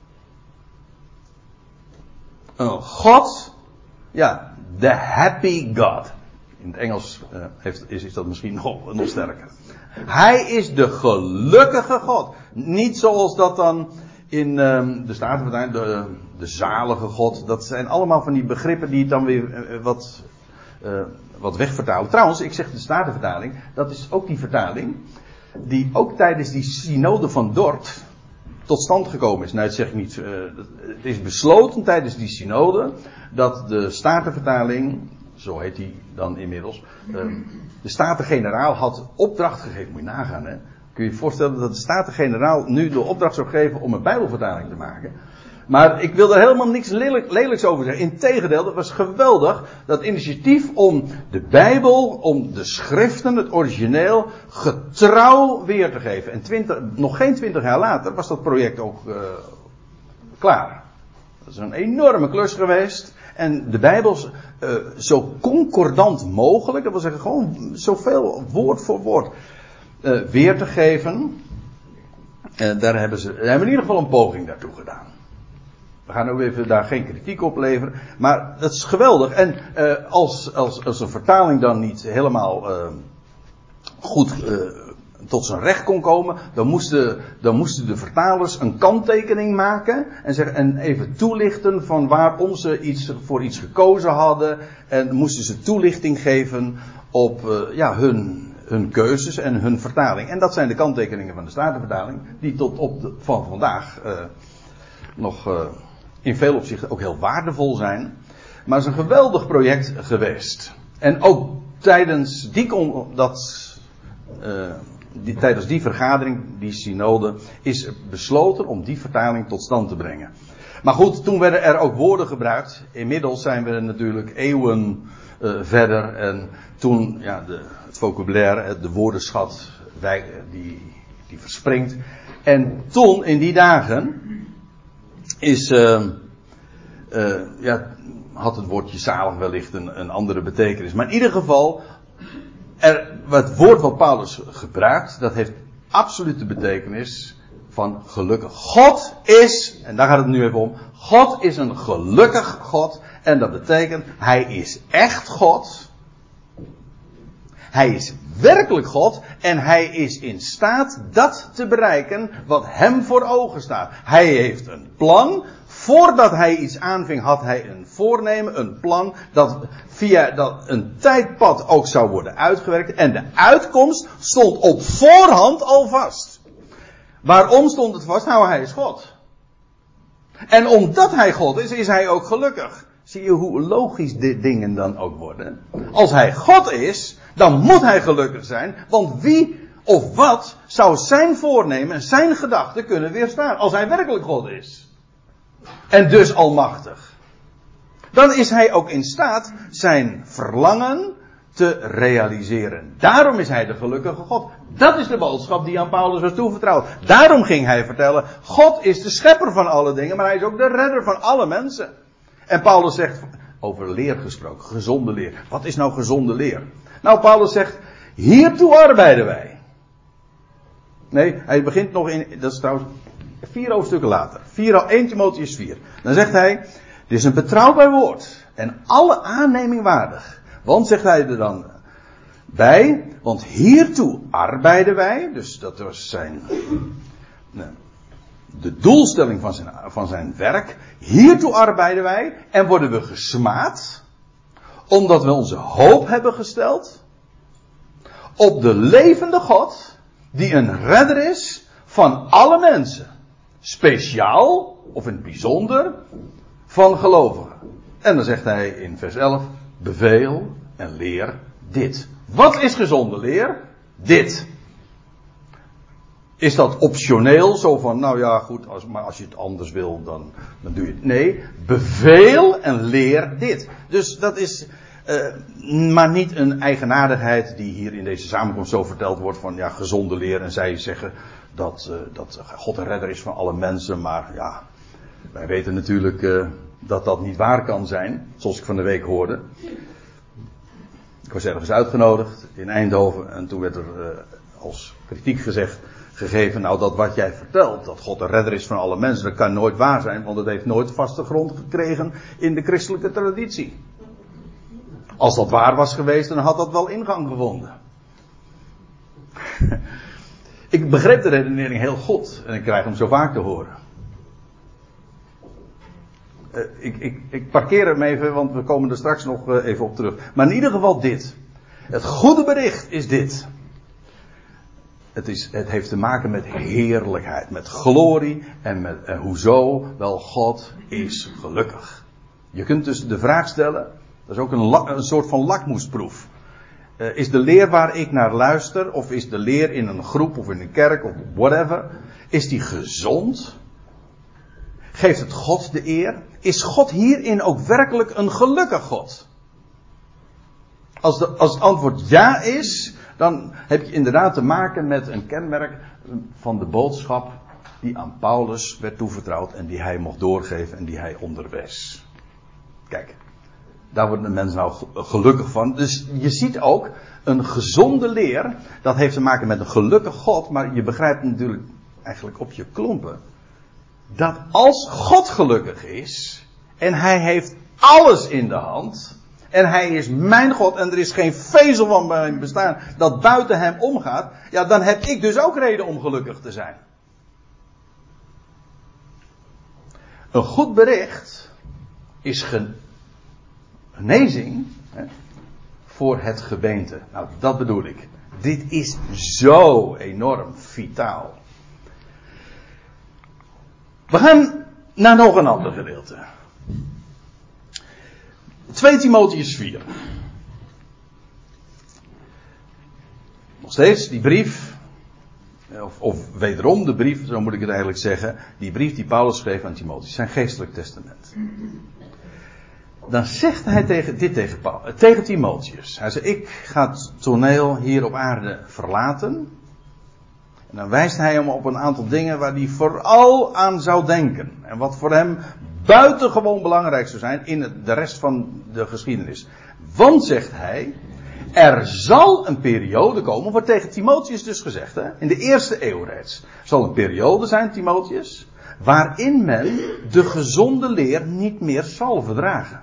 Een God, ja, the happy God. In het Engels is dat misschien nog sterker. Hij is de gelukkige God. Niet zoals dat dan in de Statenvertaling, de zalige God. Dat zijn allemaal van die begrippen die het dan weer wat wegvertalen. Trouwens, ik zeg de Statenvertaling, dat is ook die vertaling die ook tijdens die synode van Dort tot stand gekomen is. Nou, dat zeg ik niet. Het is besloten tijdens die synode dat de Statenvertaling, zo heet die dan inmiddels, de Staten-Generaal had opdracht gegeven. Moet je nagaan, hè. Kun je je voorstellen dat de Staten-Generaal nu de opdracht zou geven om een Bijbelvertaling te maken. Maar ik wil daar helemaal niks lelijks over zeggen. Integendeel, dat was geweldig. Dat initiatief om de Bijbel, om de schriften, het origineel, getrouw weer te geven. En nog geen 20 jaar later was dat project ook klaar. Dat is een enorme klus geweest. En de Bijbel zo concordant mogelijk, dat wil zeggen gewoon zoveel woord voor woord weer te geven. Daar hebben in ieder geval een poging daartoe gedaan. We gaan ook even daar geen kritiek op leveren. Maar dat is geweldig. En als een vertaling dan niet helemaal goed tot zijn recht kon komen, dan moesten de vertalers een kanttekening maken en even toelichten van waarom ze voor iets gekozen hadden. En moesten ze toelichting geven op hun keuzes en hun vertaling. En dat zijn de kanttekeningen van de Statenvertaling, die tot van vandaag nog in veel opzichten ook heel waardevol zijn. Maar het is een geweldig project geweest. En ook tijdens tijdens die vergadering, die synode, is besloten om die vertaling tot stand te brengen. Maar goed, toen werden er ook woorden gebruikt. Inmiddels zijn we natuurlijk eeuwen verder. En toen, het vocabulaire, de woordenschat, die verspringt. En toen, in die dagen, had het woordje zalig wellicht een andere betekenis. Maar in ieder geval, het woord wat Paulus gebruikt, dat heeft absoluut de betekenis van gelukkig. God is, en daar gaat het nu even om, God is een gelukkig God. En dat betekent, Hij is echt God. Hij is werkelijk God. En Hij is in staat dat te bereiken wat Hem voor ogen staat. Hij heeft een plan. Voordat Hij iets aanving, had Hij een voornemen, een plan, dat via een tijdpad ook zou worden uitgewerkt. En de uitkomst stond op voorhand al vast. Waarom stond het vast? Nou, Hij is God. En omdat Hij God is, is Hij ook gelukkig. Zie je hoe logisch dit dingen dan ook worden? Als Hij God is, dan moet Hij gelukkig zijn. Want wie of wat zou zijn voornemen en zijn gedachten kunnen weerstaan? Als Hij werkelijk God is. En dus almachtig. Dan is Hij ook in staat zijn verlangen te realiseren. Daarom is Hij de gelukkige God. Dat is de boodschap die aan Paulus was toevertrouwd. Daarom ging hij vertellen, God is de schepper van alle dingen, maar Hij is ook de redder van alle mensen. En Paulus zegt, over leer gesproken, gezonde leer. Wat is nou gezonde leer? Nou, Paulus zegt, hiertoe arbeiden wij. Nee, hij begint nog in, dat is trouwens 4 hoofdstukken later. 1 Timotheus 4. Dan zegt hij, dit is een betrouwbaar woord en alle aanneming waardig. Want, zegt hij er dan bij, want hiertoe arbeiden wij, dus dat was de doelstelling van zijn werk. Hiertoe arbeiden wij en worden we gesmaad, omdat we onze hoop hebben gesteld op de levende God, die een redder is van alle mensen. Speciaal, of in het bijzonder, van gelovigen. En dan zegt hij in vers 11, beveel en leer dit. Wat is gezonde leer? Dit. Is dat optioneel? Zo van, nou ja, goed, maar als je het anders wil, dan doe je het. Nee, beveel en leer dit. Dus dat is maar niet een eigenaardigheid die hier in deze samenkomst zo verteld wordt van, ja, gezonde leer. En zij zeggen dat God de redder is van alle mensen. Maar ja, wij weten natuurlijk dat dat niet waar kan zijn. Zoals ik van de week hoorde. Ik was ergens uitgenodigd in Eindhoven en toen werd er als kritiek gegeven, nou dat wat jij vertelt, dat God de redder is van alle mensen, dat kan nooit waar zijn, want het heeft nooit vaste grond gekregen in de christelijke traditie. Als dat waar was geweest, dan had dat wel ingang gevonden. Ik begreep de redenering heel goed en ik krijg hem zo vaak te horen. Ik parkeer hem even, want we komen er straks nog even op terug. Maar in ieder geval dit. Het goede bericht is dit. Het heeft te maken met heerlijkheid, met glorie en met hoezo? Wel, God is gelukkig. Je kunt dus de vraag stellen, dat is ook een soort van lakmoesproef. Is de leer waar ik naar luister, of is de leer in een groep of in een kerk of whatever, is die gezond? Geeft het God de eer? Is God hierin ook werkelijk een gelukkig God? Als het antwoord ja is, dan heb je inderdaad te maken met een kenmerk van de boodschap die aan Paulus werd toevertrouwd en die hij mocht doorgeven en die hij onderwees. Kijk, daar wordt een mens nou gelukkig van. Dus je ziet ook, een gezonde leer, dat heeft te maken met een gelukkig God, maar je begrijpt natuurlijk eigenlijk op je klompen, dat als God gelukkig is, en hij heeft alles in de hand, en hij is mijn God, en er is geen vezel van mijn bestaan dat buiten hem omgaat, ja, dan heb ik dus ook reden om gelukkig te zijn. Een goed bericht is genezing voor het gebeente. Nou, dat bedoel ik. Dit is zo enorm vitaal. We gaan naar nog een ander gedeelte. 2 Timotheüs 4. Nog steeds die brief, of wederom de brief, zo moet ik het eigenlijk zeggen, die brief die Paulus schreef aan Timotheus, zijn geestelijk testament. Dan zegt hij tegen Timotheus, hij zegt, ik ga het toneel hier op aarde verlaten. En dan wijst hij hem op een aantal dingen waar hij vooral aan zou denken. En wat voor hem buitengewoon belangrijk zou zijn in de rest van de geschiedenis. Want, zegt hij, er zal een periode komen, wordt tegen Timotheus dus gezegd, hè, in de eerste eeuw reeds. Er zal een periode zijn, Timotheus, waarin men de gezonde leer niet meer zal verdragen.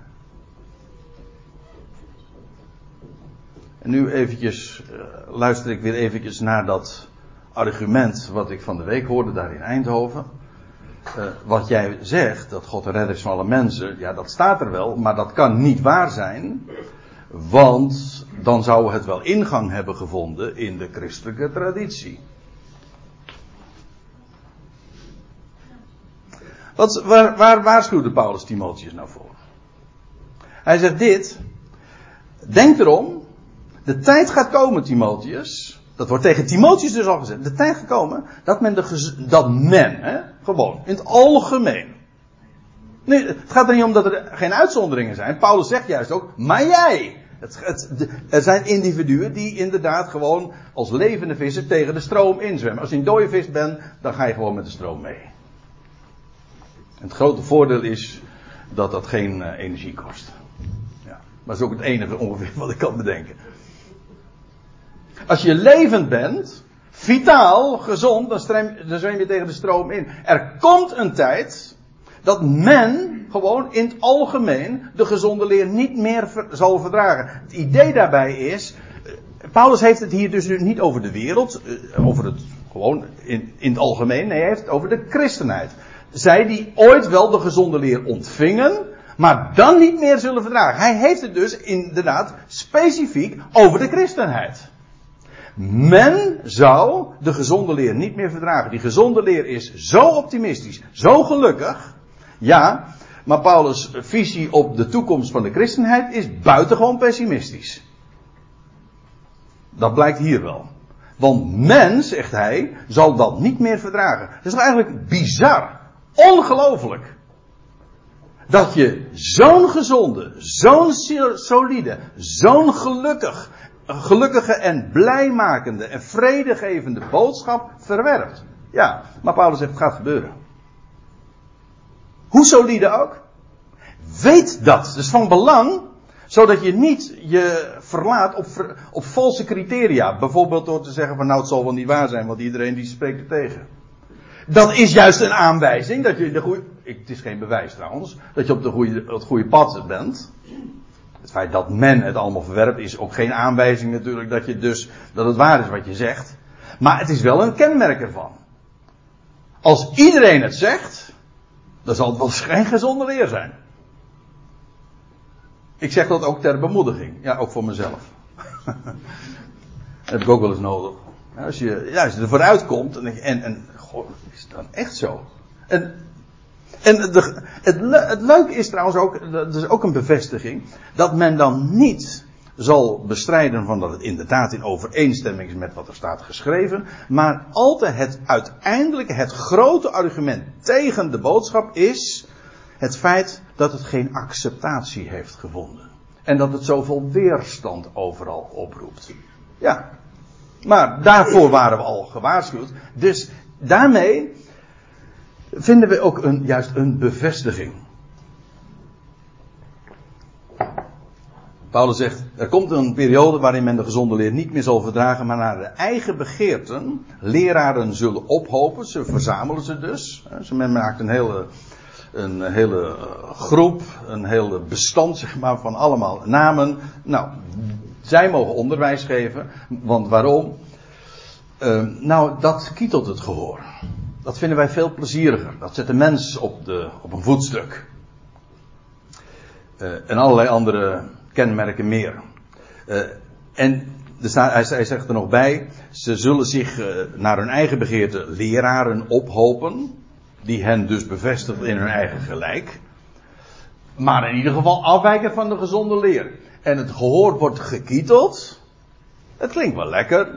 En nu eventjes, luister ik weer eventjes naar dat argument wat ik van de week hoorde daar in Eindhoven. Wat jij zegt, dat God de redder is van alle mensen, ja, dat staat er wel, maar dat kan niet waar zijn, want dan zou het wel ingang hebben gevonden in de christelijke traditie. Waar waarschuwde Paulus Timotheus nou voor? Hij zegt dit, denk erom, de tijd gaat komen, Timotheus. Dat wordt tegen Timotheus dus al gezegd. De tijd gekomen dat men, gewoon, in het algemeen. Nee, het gaat er niet om dat er geen uitzonderingen zijn. Paulus zegt juist ook, maar jij. Er zijn individuen die inderdaad gewoon als levende vissen tegen de stroom inzwemmen. Als je een dode vis bent, dan ga je gewoon met de stroom mee. En het grote voordeel is dat dat geen energie kost. Ja, maar dat is ook het enige ongeveer wat ik kan bedenken. Als je levend bent, vitaal, gezond, dan zwem je tegen de stroom in. Er komt een tijd dat men gewoon in het algemeen de gezonde leer niet meer zal verdragen. Het idee daarbij is, Paulus heeft het hier dus niet over de wereld, over het gewoon in het algemeen, nee, hij heeft het over de christenheid. Zij die ooit wel de gezonde leer ontvingen, maar dan niet meer zullen verdragen. Hij heeft het dus inderdaad specifiek over de christenheid. Men zou de gezonde leer niet meer verdragen. Die gezonde leer is zo optimistisch, zo gelukkig. Ja, maar Paulus' visie op de toekomst van de christenheid is buitengewoon pessimistisch. Dat blijkt hier wel. Want men, zegt hij, zal dat niet meer verdragen. Dat is toch eigenlijk bizar. Ongelooflijk. Dat je zo'n gezonde, zo'n solide, zo'n gelukkige en blijmakende en vredegevende boodschap verwerpt. Ja, maar Paulus zegt het gaat gebeuren. Hoe solide ook. Weet dat. Dat is van belang. Zodat je niet je verlaat op valse criteria. Bijvoorbeeld door te zeggen van nou het zal wel niet waar zijn. Want iedereen die spreekt er tegen. Dat is juist een aanwijzing. Dat je de goede, het is geen bewijs trouwens. Dat je op het goede pad bent. Het feit dat men het allemaal verwerpt is ook geen aanwijzing natuurlijk. Dat het waar is wat je zegt. Maar het is wel een kenmerk ervan. Als iedereen het zegt. Dan zal het wel geen gezonde leer zijn. Ik zeg dat ook ter bemoediging. Ja, ook voor mezelf. Dat heb ik ook wel eens nodig. Als je er vooruit komt en goh, is het dan echt zo? Het leuke is trouwens ook, dat is ook een bevestiging, dat men dan niet zal bestrijden van dat het inderdaad in overeenstemming is met wat er staat geschreven, maar altijd het grote argument tegen de boodschap is het feit dat het geen acceptatie heeft gevonden. En dat het zoveel weerstand overal oproept. Ja. Maar daarvoor waren we al gewaarschuwd. Dus daarmee vinden we ook juist een bevestiging. Paulus zegt, er komt een periode waarin men de gezonde leer niet meer zal verdragen, maar naar de eigen begeerten leraren zullen ophopen. Ze verzamelen ze dus. Men maakt een hele groep, een hele bestand zeg maar, van allemaal namen. Nou, zij mogen onderwijs geven. Want waarom? Dat kietelt het gehoor. Dat vinden wij veel plezieriger. Dat zet de mens op een voetstuk. En allerlei andere kenmerken meer. En hij zegt er nog bij, ze zullen zich naar hun eigen begeerte leraren ophopen. Die hen dus bevestigt in hun eigen gelijk. Maar in ieder geval afwijken van de gezonde leer. En het gehoor wordt gekieteld. Het klinkt wel lekker.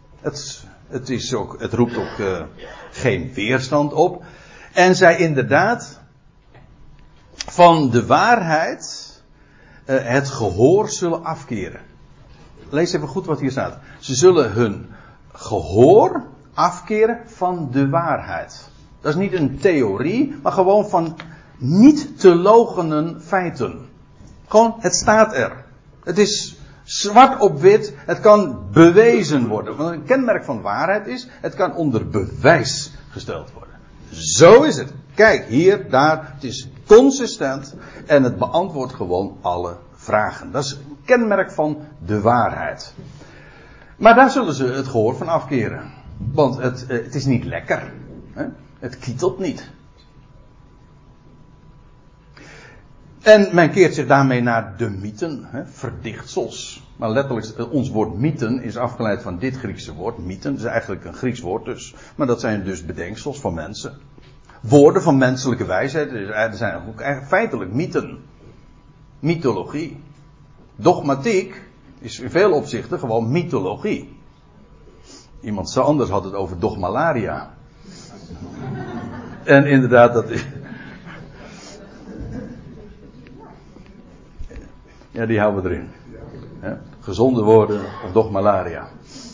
Het roept ook geen weerstand op. En zij inderdaad van de waarheid het gehoor zullen afkeren. Lees even goed wat hier staat. Ze zullen hun gehoor afkeren van de waarheid. Dat is niet een theorie, maar gewoon van niet te loochenen feiten. Gewoon, het staat er. Het is zwart op wit, het kan bewezen worden. Want een kenmerk van waarheid is, het kan onder bewijs gesteld worden. Zo is het. Kijk, hier, daar, het is consistent en het beantwoordt gewoon alle vragen. Dat is een kenmerk van de waarheid. Maar daar zullen ze het gehoor van afkeren. Want het is niet lekker. Hè? Het kietelt niet. En men keert zich daarmee naar de mythen, verdichtsels. Maar letterlijk, ons woord mythen is afgeleid van dit Griekse woord. Mythen, dat is eigenlijk een Grieks woord dus. Maar dat zijn dus bedenksels van mensen. Woorden van menselijke wijsheid. Er zijn ook eigenlijk feitelijk mythen. Mythologie. Dogmatiek is in veel opzichten gewoon mythologie. Iemand anders had het over dogmalaria. En inderdaad, dat is... Ja, die houden we erin. Gezonde woorden of dogmalaria.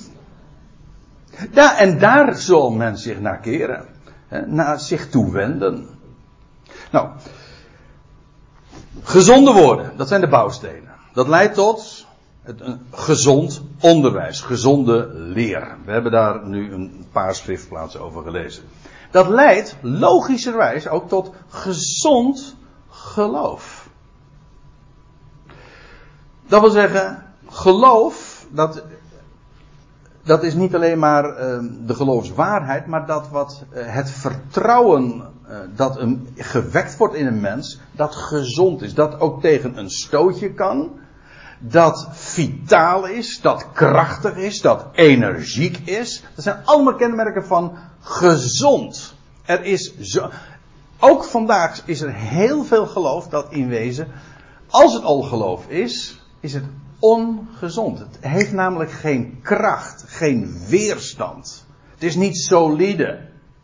Ja, en daar zal men zich naar keren. Naar zich toe wenden. Nou, gezonde woorden, dat zijn de bouwstenen. Dat leidt tot een gezond onderwijs, gezonde leer. We hebben daar nu een paar schriftplaatsen over gelezen. Dat leidt logischerwijs ook tot gezond geloof. Dat wil zeggen, geloof, dat is niet alleen maar de geloofswaarheid, maar dat wat het vertrouwen dat gewekt wordt in een mens, dat gezond is. Dat ook tegen een stootje kan. Dat vitaal is, dat krachtig is, dat energiek is. Dat zijn allemaal kenmerken van gezond. Er is ook vandaag is er heel veel geloof dat in wezen, als het al geloof is het ongezond. Het heeft namelijk geen kracht, geen weerstand. Het is niet solide.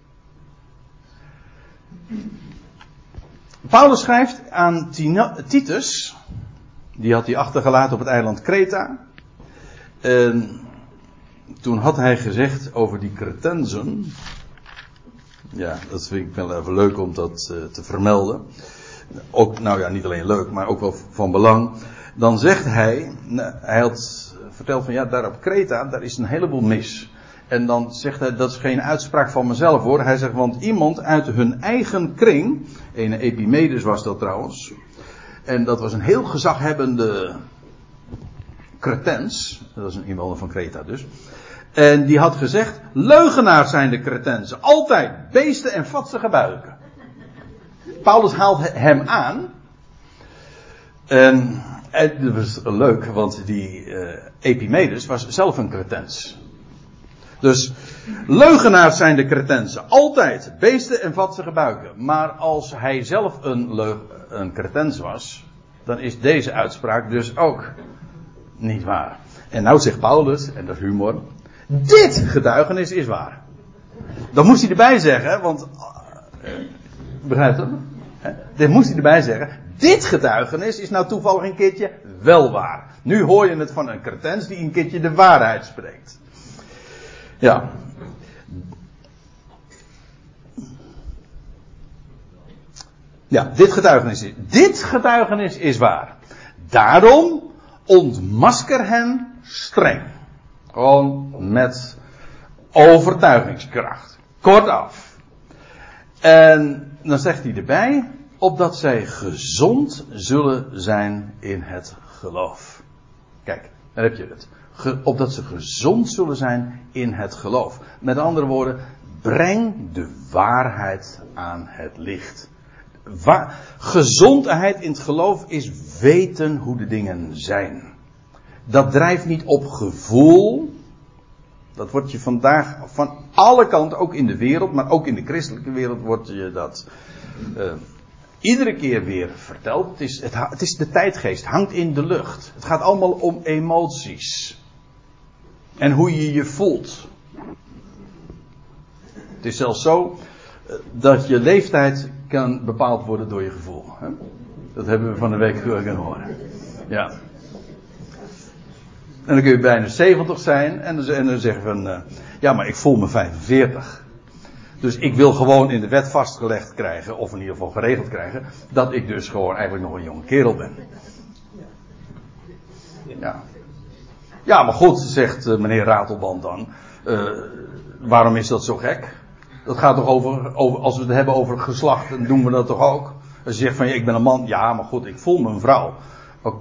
Paulus schrijft aan Titus, die had hij achtergelaten op het eiland Kreta. En toen had hij gezegd over die Cretensen. Ja, dat vind ik wel even leuk om dat te vermelden. Ook, nou ja, niet alleen leuk, maar ook wel van belang. Dan zegt hij had verteld van ja, daar op Kreta, daar is een heleboel mis. En dan zegt hij, dat is geen uitspraak van mezelf hoor. Hij zegt, want iemand uit hun eigen kring, ene Epimedes was dat trouwens. En dat was een heel gezaghebbende Cretens. Dat was een inwoner van Kreta dus. En die had gezegd, leugenaars zijn de Cretensen. Altijd beesten en vatsige buiken. Paulus haalt hem aan. En dat was leuk, want die Epimedes was zelf een Cretens. Dus leugenaars zijn de Cretensen. Altijd beesten en vatsige buiken. Maar als hij zelf een Cretens was, dan is deze uitspraak dus ook niet waar. En nou zegt Paulus, en dat is humor, dit getuigenis is waar. Dan moest hij erbij zeggen, want begrijpt u? Dit moest hij erbij zeggen. Dit getuigenis is nou toevallig een keertje wel waar. Nu hoor je het van een Cretens die een keertje de waarheid spreekt. Ja. Ja, dit getuigenis is waar. Daarom ontmasker hen streng. Gewoon met overtuigingskracht. Kortaf. En dan zegt hij erbij, opdat zij gezond zullen zijn in het geloof. Kijk, daar heb je het. Opdat ze gezond zullen zijn in het geloof. Met andere woorden, breng de waarheid aan het licht. Gezondheid in het geloof is weten hoe de dingen zijn. Dat drijft niet op gevoel. Dat wordt je vandaag van alle kanten, ook in de wereld, maar ook in de christelijke wereld, wordt je dat iedere keer weer verteld. Het is de tijdgeest, hangt in de lucht. Het gaat allemaal om emoties. En hoe je je voelt. Het is zelfs zo dat je leeftijd kan bepaald worden door je gevoel. Hè? Dat hebben we van de week kunnen horen. Ja. En dan kun je bijna 70 zijn en dan zeggen van ja, maar ik voel me 45. Dus ik wil gewoon in de wet vastgelegd krijgen, of in ieder geval geregeld krijgen, dat ik dus gewoon eigenlijk nog een jonge kerel ben. Ja. Ja, maar goed, zegt meneer Ratelband dan. Waarom is dat zo gek? Dat gaat toch over, als we het hebben over geslacht, dan doen we dat toch ook? Als je zegt van, ja, ik ben een man, ja, maar goed, ik voel me een vrouw. Ook,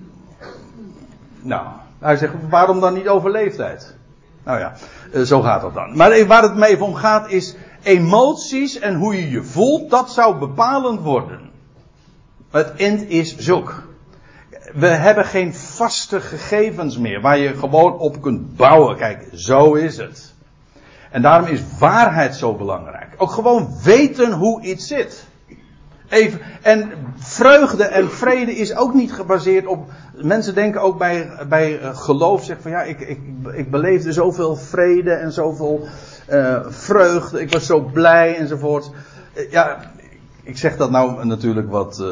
nou, hij zegt, waarom dan niet over leeftijd? Nou ja, zo gaat dat dan. Maar waar het me even om gaat is, emoties en hoe je je voelt, dat zou bepalend worden. Het eind is zoek. We hebben geen vaste gegevens meer waar je gewoon op kunt bouwen. Kijk, zo is het. En daarom is waarheid zo belangrijk. Ook gewoon weten hoe iets zit. Even, en vreugde en vrede is ook niet gebaseerd op. Mensen denken ook bij geloof, zeggen van ja, ik beleefde zoveel vrede en zoveel vreugde. Ik was zo blij enzovoort. Ja, ik zeg dat nou natuurlijk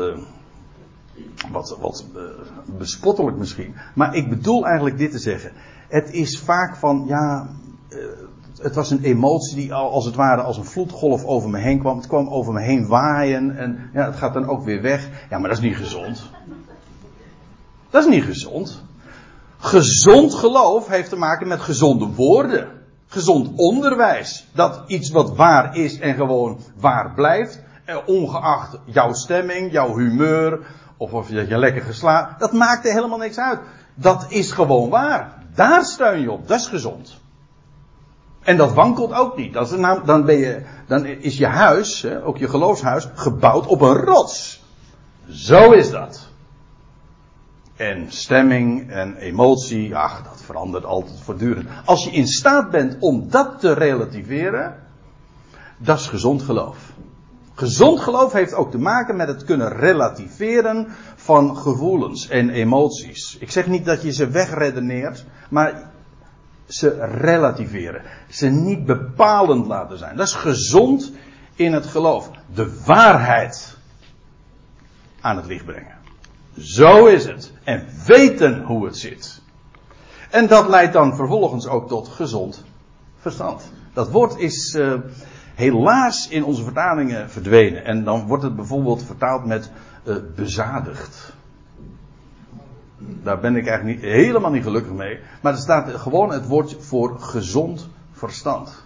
wat bespottelijk misschien. Maar ik bedoel eigenlijk dit te zeggen. Het is vaak van, ja, het was een emotie die als het ware als een vloedgolf over me heen kwam. Het kwam over me heen waaien en ja, het gaat dan ook weer weg. Ja, maar dat is niet gezond. Dat is niet gezond. Gezond geloof heeft te maken met gezonde woorden. Gezond onderwijs. Dat iets wat waar is en gewoon waar blijft. Ongeacht jouw stemming, jouw humeur. Of je lekker geslapen. Dat maakt er helemaal niks uit. Dat is gewoon waar. Daar steun je op. Dat is gezond. En dat wankelt ook niet. Dan is je huis, ook je geloofshuis, gebouwd op een rots. Zo is dat. En stemming en emotie, ach, dat verandert altijd voortdurend. Als je in staat bent om dat te relativeren, dat is gezond geloof. Gezond geloof heeft ook te maken met het kunnen relativeren van gevoelens en emoties. Ik zeg niet dat je ze wegredeneert, maar ze relativeren. Ze niet bepalend laten zijn. Dat is gezond in het geloof. De waarheid aan het licht brengen. Zo is het. En weten hoe het zit. En dat leidt dan vervolgens ook tot gezond verstand. Dat woord is helaas in onze vertalingen verdwenen. En dan wordt het bijvoorbeeld vertaald met bezadigd. Daar ben ik eigenlijk helemaal niet gelukkig mee. Maar er staat gewoon het woord voor gezond verstand.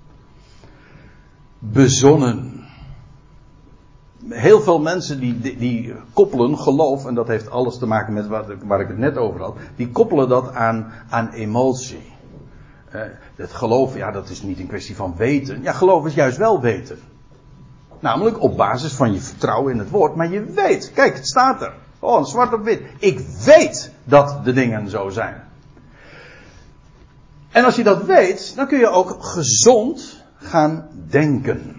Bezonnen. Heel veel mensen die koppelen geloof, en dat heeft alles te maken met waar ik het net over had, die koppelen dat aan emotie. Het geloof, ja, dat is niet een kwestie van weten. Ja, geloof is juist wel weten. Namelijk op basis van je vertrouwen in het woord, maar je weet, kijk, het staat er. Oh, zwart op wit. Ik weet dat de dingen zo zijn. En als je dat weet, dan kun je ook gezond gaan denken.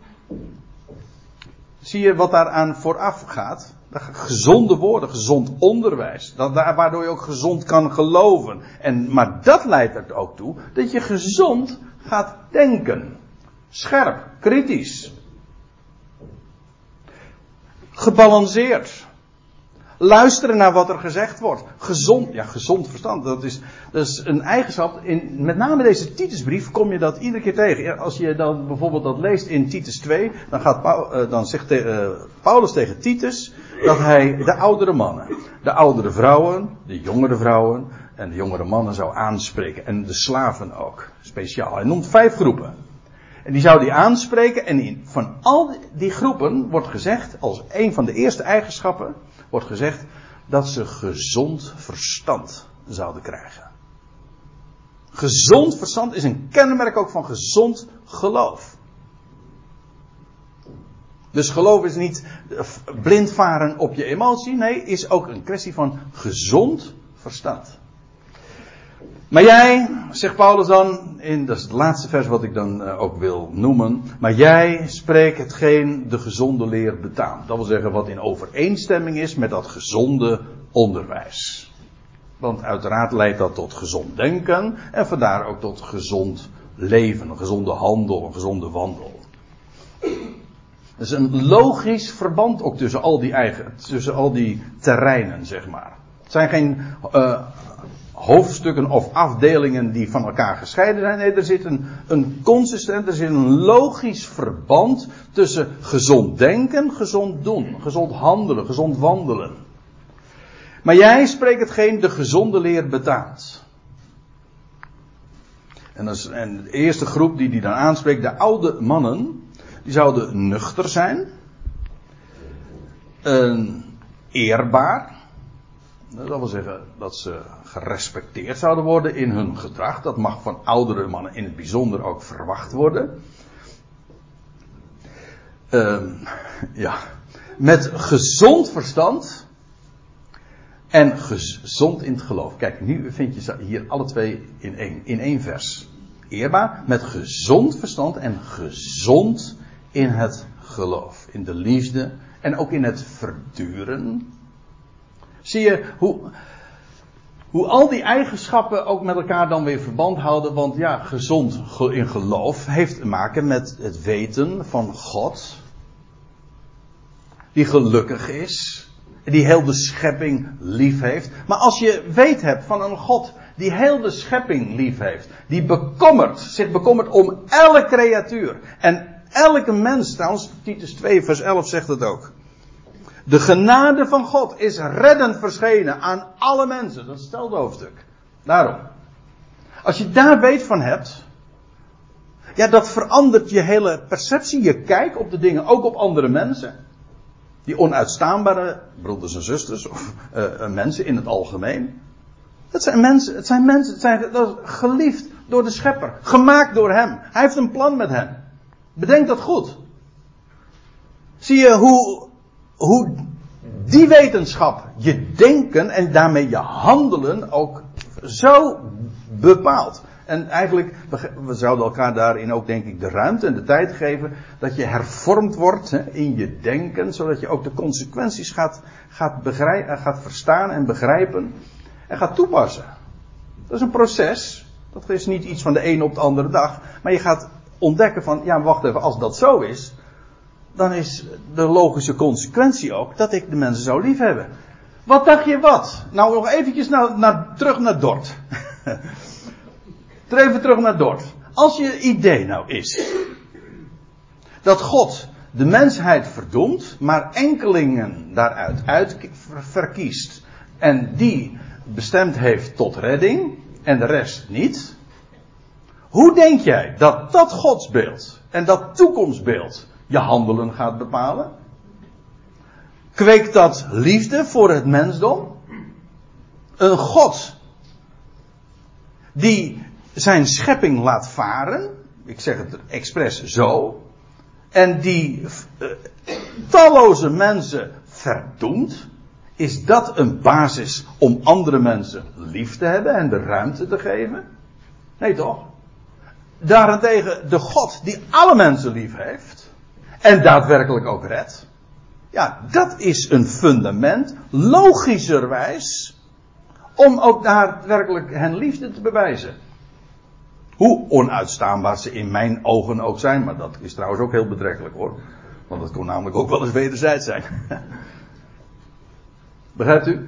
Zie je wat daaraan vooraf gaat? Gezonde woorden, gezond onderwijs. Waardoor je ook gezond kan geloven. Maar dat leidt er ook toe dat je gezond gaat denken. Scherp, kritisch. Gebalanceerd. Luisteren naar wat er gezegd wordt. Gezond verstand. Dat is een eigenschap. Met name deze Titusbrief kom je dat iedere keer tegen. Als je dan bijvoorbeeld dat leest in Titus 2. Dan zegt Paulus tegen Titus dat hij de oudere mannen, de oudere vrouwen, de jongere vrouwen en de jongere mannen zou aanspreken. En de slaven ook. Speciaal. Hij noemt 5 groepen. En die zou die aanspreken. En van al die groepen wordt gezegd, als een van de eerste eigenschappen, wordt gezegd dat ze gezond verstand zouden krijgen. Gezond verstand is een kenmerk ook van gezond geloof. Dus geloof is niet blind varen op je emotie. Nee, is ook een kwestie van gezond verstand. Maar jij, zegt Paulus dan, dat is het laatste vers wat ik dan ook wil noemen. Maar jij spreekt hetgeen de gezonde leer betaamt. Dat wil zeggen wat in overeenstemming is met dat gezonde onderwijs. Want uiteraard leidt dat tot gezond denken. En vandaar ook tot gezond leven, een gezonde handel, een gezonde wandel. Er is een logisch verband ook tussen al die terreinen, zeg maar. Het zijn geen hoofdstukken of afdelingen die van elkaar gescheiden zijn. Nee, er zit er zit een logisch verband tussen gezond denken, gezond doen, gezond handelen, gezond wandelen. Maar jij spreekt hetgeen de gezonde leer betaamt. En de eerste groep die dan aanspreekt, de oude mannen, die zouden nuchter zijn, eerbaar. Dat wil zeggen dat ze gerespecteerd zouden worden in hun gedrag. Dat mag van oudere mannen in het bijzonder ook verwacht worden. Met gezond verstand en gezond in het geloof. Kijk, nu vind je hier alle twee in één vers. Eerbaar, met gezond verstand en gezond in het geloof. In de liefde en ook in het verduren. Zie je hoe al die eigenschappen ook met elkaar dan weer verband houden. Want ja, gezond in geloof heeft te maken met het weten van God. Die gelukkig is. Die heel de schepping lief heeft. Maar als je weet hebt van een God die heel de schepping lief heeft. Die zich bekommert om elke creatuur. En elke mens, trouwens, Titus 2 vers 11 zegt het ook. De genade van God is reddend verschenen aan alle mensen. Dat is het hoofdstuk. Daarom. Als je daar weet van hebt. Ja, dat verandert je hele perceptie. Je kijk op de dingen, ook op andere mensen. Die onuitstaanbare broeders en zusters. Of mensen in het algemeen. Het zijn mensen geliefd door de schepper. Gemaakt door hem. Hij heeft een plan met hen. Bedenk dat goed. Zie je hoe die wetenschap je denken en daarmee je handelen ook zo bepaalt. En eigenlijk, we zouden elkaar daarin ook denk ik de ruimte en de tijd geven dat je hervormd wordt in je denken, zodat je ook de consequenties gaat verstaan en begrijpen en gaat toepassen. Dat is een proces. Dat is niet iets van de ene op de andere dag. Maar je gaat ontdekken van, ja wacht even, als dat zo is, dan is de logische consequentie ook dat ik de mensen zou lief hebben. Wat dacht je wat? Nou nog eventjes terug naar Dort. Even terug naar Dort. Als je idee nou is dat God de mensheid verdoemt, maar enkelingen daaruit verkiest en die bestemd heeft tot redding en de rest niet. Hoe denk jij dat dat godsbeeld en dat toekomstbeeld je handelen gaat bepalen? Kweekt dat liefde voor het mensdom? Een God die zijn schepping laat varen, ik zeg het expres zo, en die talloze mensen verdoemt, is dat een basis om andere mensen lief te hebben en de ruimte te geven? Nee toch? Daarentegen de God die alle mensen lief heeft en daadwerkelijk ook redt. Ja, dat is een fundament, logischerwijs, om ook daadwerkelijk hen liefde te bewijzen. Hoe onuitstaanbaar ze in mijn ogen ook zijn, maar dat is trouwens ook heel betrekkelijk hoor. Want het kon namelijk ook wel eens wederzijds zijn. Begrijpt u?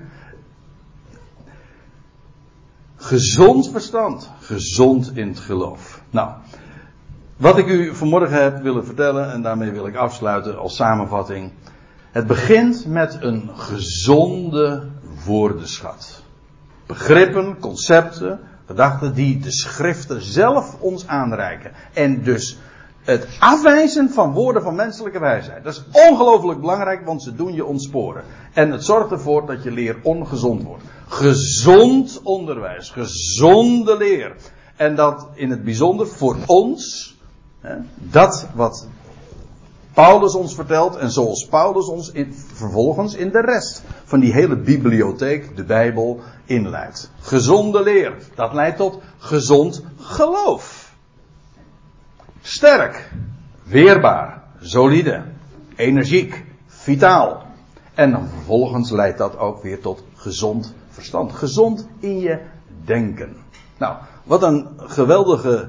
Gezond verstand, gezond in het geloof. Nou, wat ik u vanmorgen heb willen vertellen, en daarmee wil ik afsluiten als samenvatting. Het begint met een gezonde woordenschat. Begrippen, concepten, gedachten die de schriften zelf ons aanreiken. En dus het afwijzen van woorden van menselijke wijsheid. Dat is ongelooflijk belangrijk, want ze doen je ontsporen. En het zorgt ervoor dat je leer ongezond wordt. Gezond onderwijs, gezonde leer. En dat in het bijzonder voor ons, dat wat Paulus ons vertelt en zoals Paulus ons vervolgens in de rest van die hele bibliotheek, de Bijbel, inleidt. Gezonde leer, dat leidt tot gezond geloof. Sterk, weerbaar, solide, energiek, vitaal. En dan vervolgens leidt dat ook weer tot gezond verstand. Gezond in je denken. Nou, wat een geweldige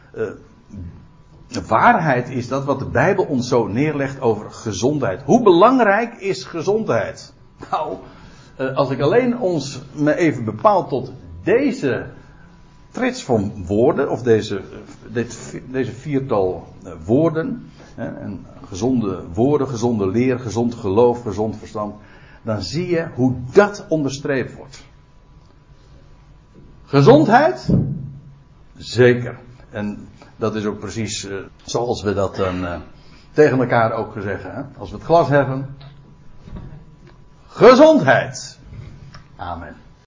waarheid is dat wat de Bijbel ons zo neerlegt over gezondheid. Hoe belangrijk is gezondheid? Nou, als ik alleen me even bepaal tot deze trits van woorden, of deze viertal woorden, en gezonde woorden, gezonde leer, gezond geloof, gezond verstand, dan zie je hoe dat onderstreept wordt. Gezondheid? Zeker. En dat is ook precies zoals we dat dan tegen elkaar ook zeggen. Hè? Als we het glas heffen. Gezondheid. Amen.